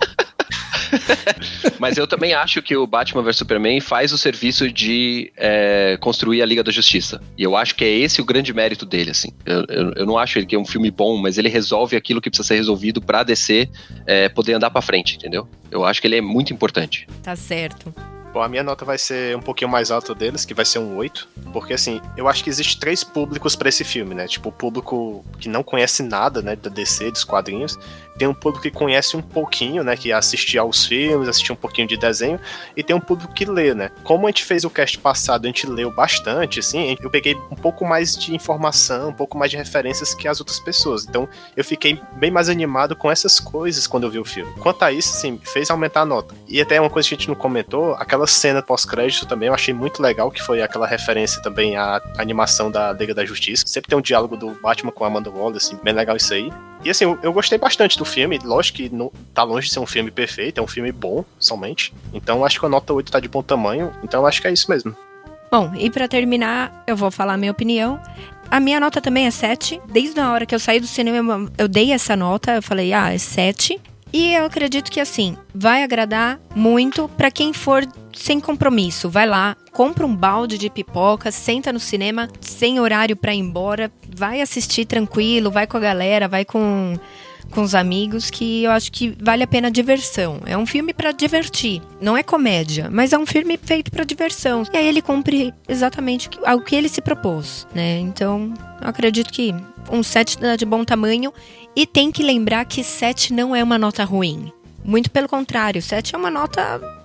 Mas eu também acho que o Batman vs Superman faz o serviço de construir a Liga da Justiça. E eu acho que é esse o grande mérito dele, assim. Eu não acho que é um filme bom, mas ele resolve aquilo que precisa ser resolvido pra DC poder andar pra frente, entendeu? Eu acho que ele é muito importante. Tá certo. Bom, a minha nota vai ser um pouquinho mais alta deles, que vai ser um 8, porque assim, eu acho que existe 3 públicos pra esse filme, né? Tipo, o público que não conhece nada, né, da DC, dos quadrinhos, tem um público que conhece um pouquinho, né, que assiste aos filmes, assiste um pouquinho de desenho, e tem um público que lê, né? Como a gente fez o cast passado, a gente leu bastante, assim, eu peguei um pouco mais de informação, um pouco mais de referências que as outras pessoas, então eu fiquei bem mais animado com essas coisas quando eu vi o filme. Quanto a isso, assim, fez aumentar a nota. E até uma coisa que a gente não comentou, aquela cena pós-crédito também eu achei muito legal, que foi aquela referência também à animação da Liga da Justiça. Sempre tem um diálogo do Batman com a Amanda Waller, assim, bem legal isso aí. E assim, eu gostei bastante do filme, lógico que não, tá longe de ser um filme perfeito, é um filme bom, somente. Então acho que a nota 8 tá de bom tamanho, então eu acho que é isso mesmo. Bom, e pra terminar, eu vou falar a minha opinião. A minha nota também é 7. Desde a hora que eu saí do cinema, eu dei essa nota, eu falei, é 7. E eu acredito que, assim, vai agradar muito pra quem for sem compromisso. Vai lá, compra um balde de pipoca, senta no cinema, sem horário pra ir embora, vai assistir tranquilo, vai com a galera, vai com os amigos, que eu acho que vale a pena a diversão. É um filme pra divertir, não é comédia, mas é um filme feito pra diversão. E aí ele cumpre exatamente o que ele se propôs, né? Então, eu acredito que um 7 dá de bom tamanho. E tem que lembrar que 7 não é uma nota ruim. Muito pelo contrário, 7 é uma nota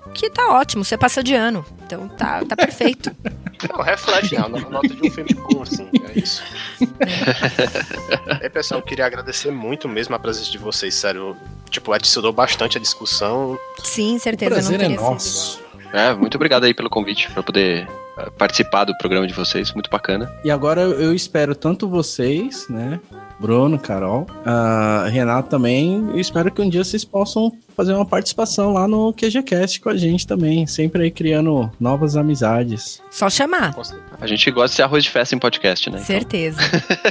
que tá ótimo, você passa de ano. Então tá perfeito. Não, reflete, né? A nota de um filme bom, assim, é isso. Pessoal, eu queria agradecer muito mesmo a presença de vocês, sério. Tipo, adicionou bastante a discussão. Sim, certeza. O prazer é nosso. Muito obrigado aí pelo convite pra poder participar do programa de vocês, muito bacana. E agora eu espero tanto vocês, né, Bruno, Carol, Renato também, eu espero que um dia vocês possam fazer uma participação lá no QGCast com a gente também, sempre aí criando novas amizades. Só chamar. A gente gosta de ser arroz de festa em podcast, né? Certeza.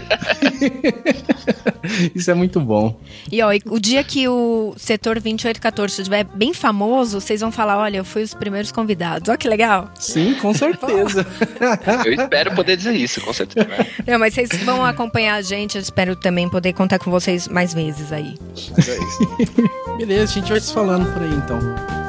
Isso é muito bom. E ó, o dia que o setor 2814 estiver bem famoso, vocês vão falar, olha, eu fui os primeiros convidados. Ó que legal. Sim, com certeza. Eu espero poder dizer isso, com certeza. Não, mas vocês vão acompanhar a gente, eu espero também poder contar com vocês mais vezes aí. Mas é isso. Beleza, a gente vai se falando por aí então.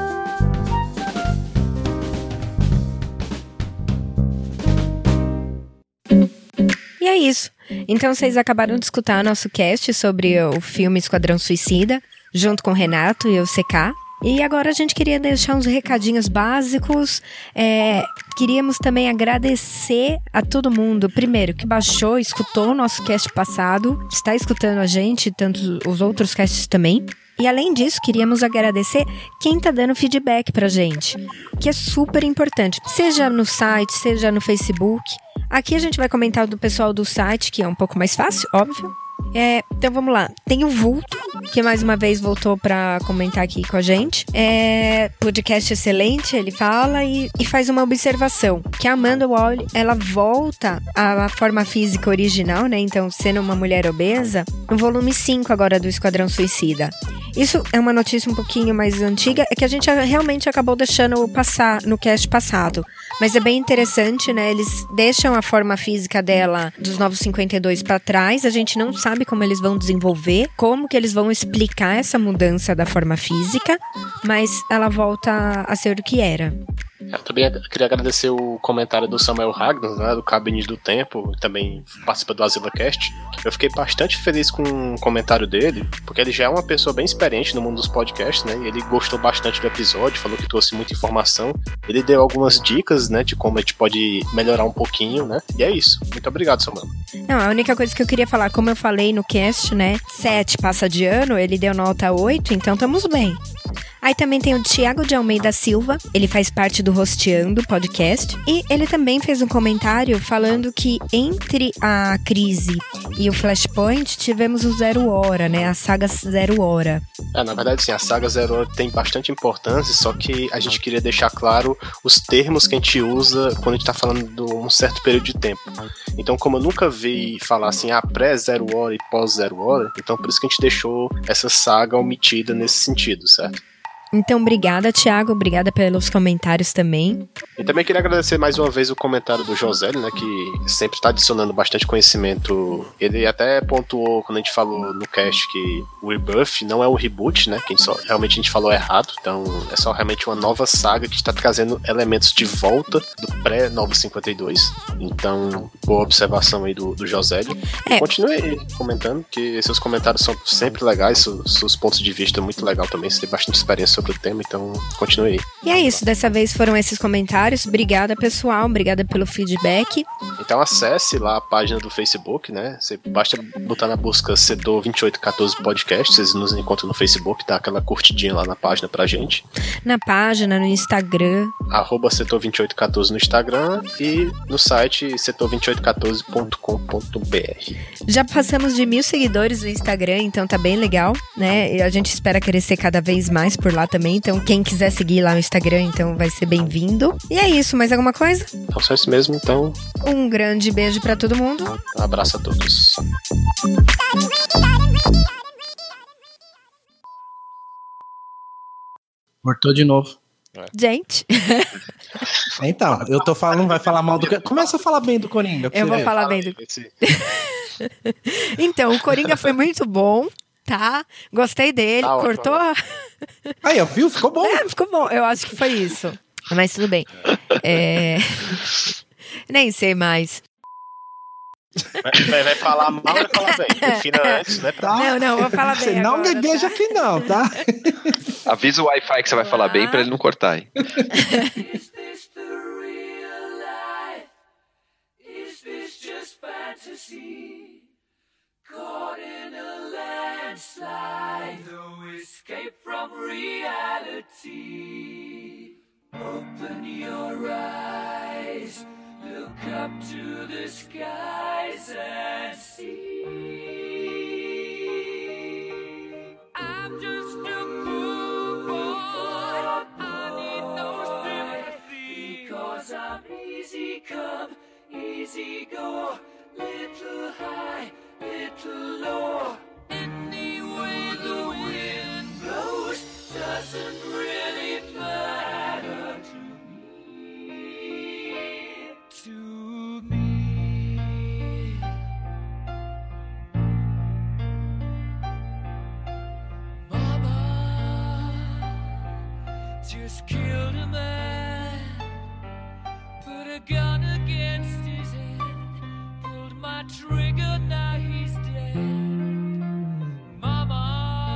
E é isso. Então vocês acabaram de escutar nosso cast sobre o filme Esquadrão Suicida, junto com o Renato e o CK. E agora a gente queria deixar uns recadinhos básicos. Queríamos também agradecer a todo mundo, primeiro, que baixou, escutou o nosso cast passado, está escutando a gente, tanto os outros casts também. E além disso, queríamos agradecer quem tá dando feedback pra gente, que é super importante, seja no site, seja no Facebook. Aqui a gente vai comentar do pessoal do site, que é um pouco mais fácil, óbvio. Então vamos lá. Tem o Vulto, que mais uma vez voltou pra comentar aqui com a gente. Podcast excelente, ele fala e faz uma observação. Que a Amanda Waller, ela volta à forma física original, né? Então, sendo uma mulher obesa, no volume 5 agora do Esquadrão Suicida. Isso é uma notícia um pouquinho mais antiga, é que a gente realmente acabou deixando passar no cast passado. Mas é bem interessante, né? Eles deixam a forma física dela dos Novos 52 pra trás. A gente não sabe como eles vão desenvolver, como que eles vão explicar essa mudança da forma física, mas ela volta a ser o que era. Eu também queria agradecer o comentário do Samuel Ragnar, né, do Cabine do Tempo, também participa do AsilaCast. Eu fiquei bastante feliz com o comentário dele, porque ele já é uma pessoa bem experiente no mundo dos podcasts, né, e ele gostou bastante do episódio, falou que trouxe muita informação. Ele deu algumas dicas, né, de como a gente pode melhorar um pouquinho, né, e é isso. Muito obrigado, Samuel. Não, a única coisa que eu queria falar, como eu falei no cast, né, 7 passa de ano, ele deu nota 8, então estamos bem. Aí também tem o Thiago de Almeida Silva, ele faz parte do Rosteando podcast, e ele também fez um comentário falando que entre a Crise e o Flashpoint tivemos o Zero Hora, né, a saga Zero Hora. Na verdade, sim, a saga Zero Hora tem bastante importância, só que a gente queria deixar claro os termos que a gente usa quando a gente tá falando de um certo período de tempo. Então, como eu nunca vi falar assim, pré-Zero Hora e pós-Zero Hora, então por isso que a gente deixou essa saga omitida nesse sentido, certo? Então, obrigada, Thiago. Obrigada pelos comentários também. E também queria agradecer mais uma vez o comentário do José, né, que sempre está adicionando bastante conhecimento. Ele até pontuou, quando a gente falou no cast, que o Rebirth não é um reboot, né, que realmente a gente falou errado. Então, é só realmente uma nova saga que está trazendo elementos de volta do pré-Novos 52. Então, boa observação aí do José. Continue comentando, que seus comentários são sempre legais, seus pontos de vista muito legal também. Você tem bastante experiência sobre o tema, então continue aí. E é isso, dessa vez foram esses comentários. Obrigada, pessoal, obrigada pelo feedback. Então acesse lá a página do Facebook, né? Você basta botar na busca Setor 2814 Podcast, vocês nos encontram no Facebook, dá aquela curtidinha lá na página pra gente. Na página, no Instagram. @Setor 2814 no Instagram e no site setor2814.com.br. Já passamos de 1.000 seguidores no Instagram, então tá bem legal, né? E a gente espera crescer cada vez mais por lá também, então quem quiser seguir lá no Instagram, então vai ser bem-vindo. E é isso, mais alguma coisa? Então só isso mesmo, então. Um grande beijo pra todo mundo. Um abraço a todos. Cortou de novo. Gente. Então, eu tô falando, vai falar mal do... Começa a falar bem do Coringa. Eu vou falar bem do... Então, o Coringa foi muito bom, tá? Gostei dele. Tá, cortou... Aí, ó, viu? Ficou bom. Ficou bom. Eu acho que foi isso. Mas tudo bem. Nem sei mais. Vai falar mal ou vai falar bem? Defina antes, né? Tá. Não, vou falar bem. Você não agora, gagueja aqui não, tá? Avisa o Wi-Fi que você vai falar bem pra ele não cortar, hein? Is this the real life? Is this just fantasy? Caught in a landslide, no escape from reality. Open your eyes, look up to the skies and see. I'm just a poor boy, I need no sympathy, because I'm easy come, easy go, little high, little low. Any way the wind blows doesn't really matter to me. Mama just killed a man, put a gun against his head, pulled my trigger, now he's dead. Mama,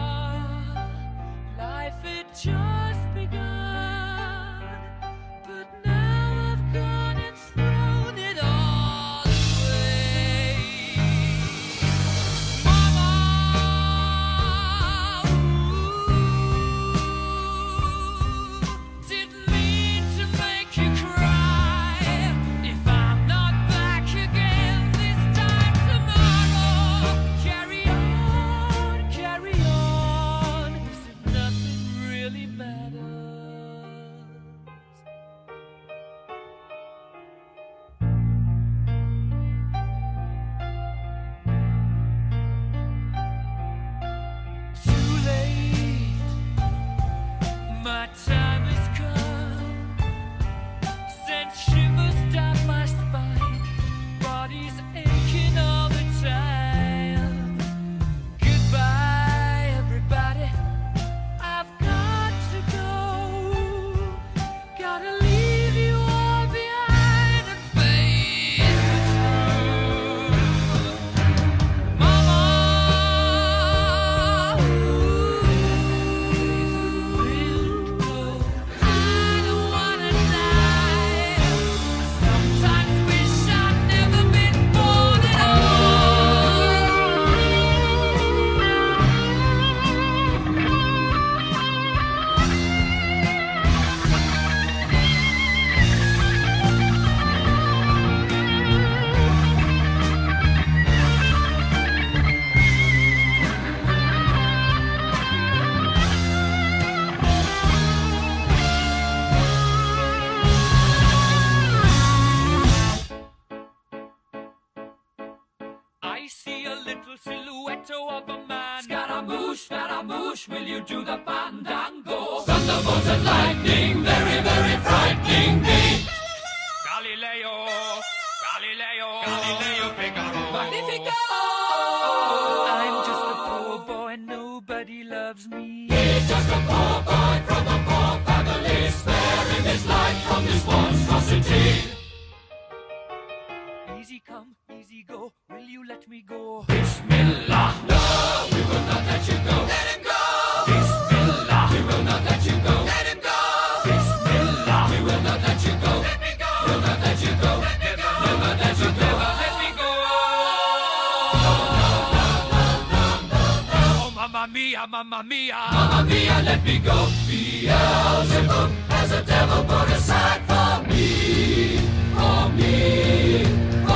life had just begun, but now I've gone and thrown it all away. Mama, didn't mean to make you cry. If I'm not back again this time tomorrow, carry on, as if nothing really matters. Too late, my time has come. Sent shivers down my spine, body's aching all the time. Goodbye, everybody, I've got to go. Gotta leave you all behind and face the truth. Mama, I don't wanna die. Sometimes wish I'd never been born at I see a little silhouette of a man. Scaramouche, will you do the fandango? Thunderbolt and lightning, very, very frightening me. Galileo, Figaro. Magnifico! I'm just a poor boy, nobody loves me. He's just a poor boy from a poor family, sparing his life from this monstrosity. Easy come, easy go, will you let me go? Bismillah, no, we will not let you go. Let him go! Bismillah, we will not let you go. Let him go! Bismillah, we will not let you go. Let me go! We'll not let you go. Let me go! Never let you go. Let me go! Oh, mamma mia, mamma mia. Mamma mia, let me go. Beelzebub has a devil put aside for me. For me. For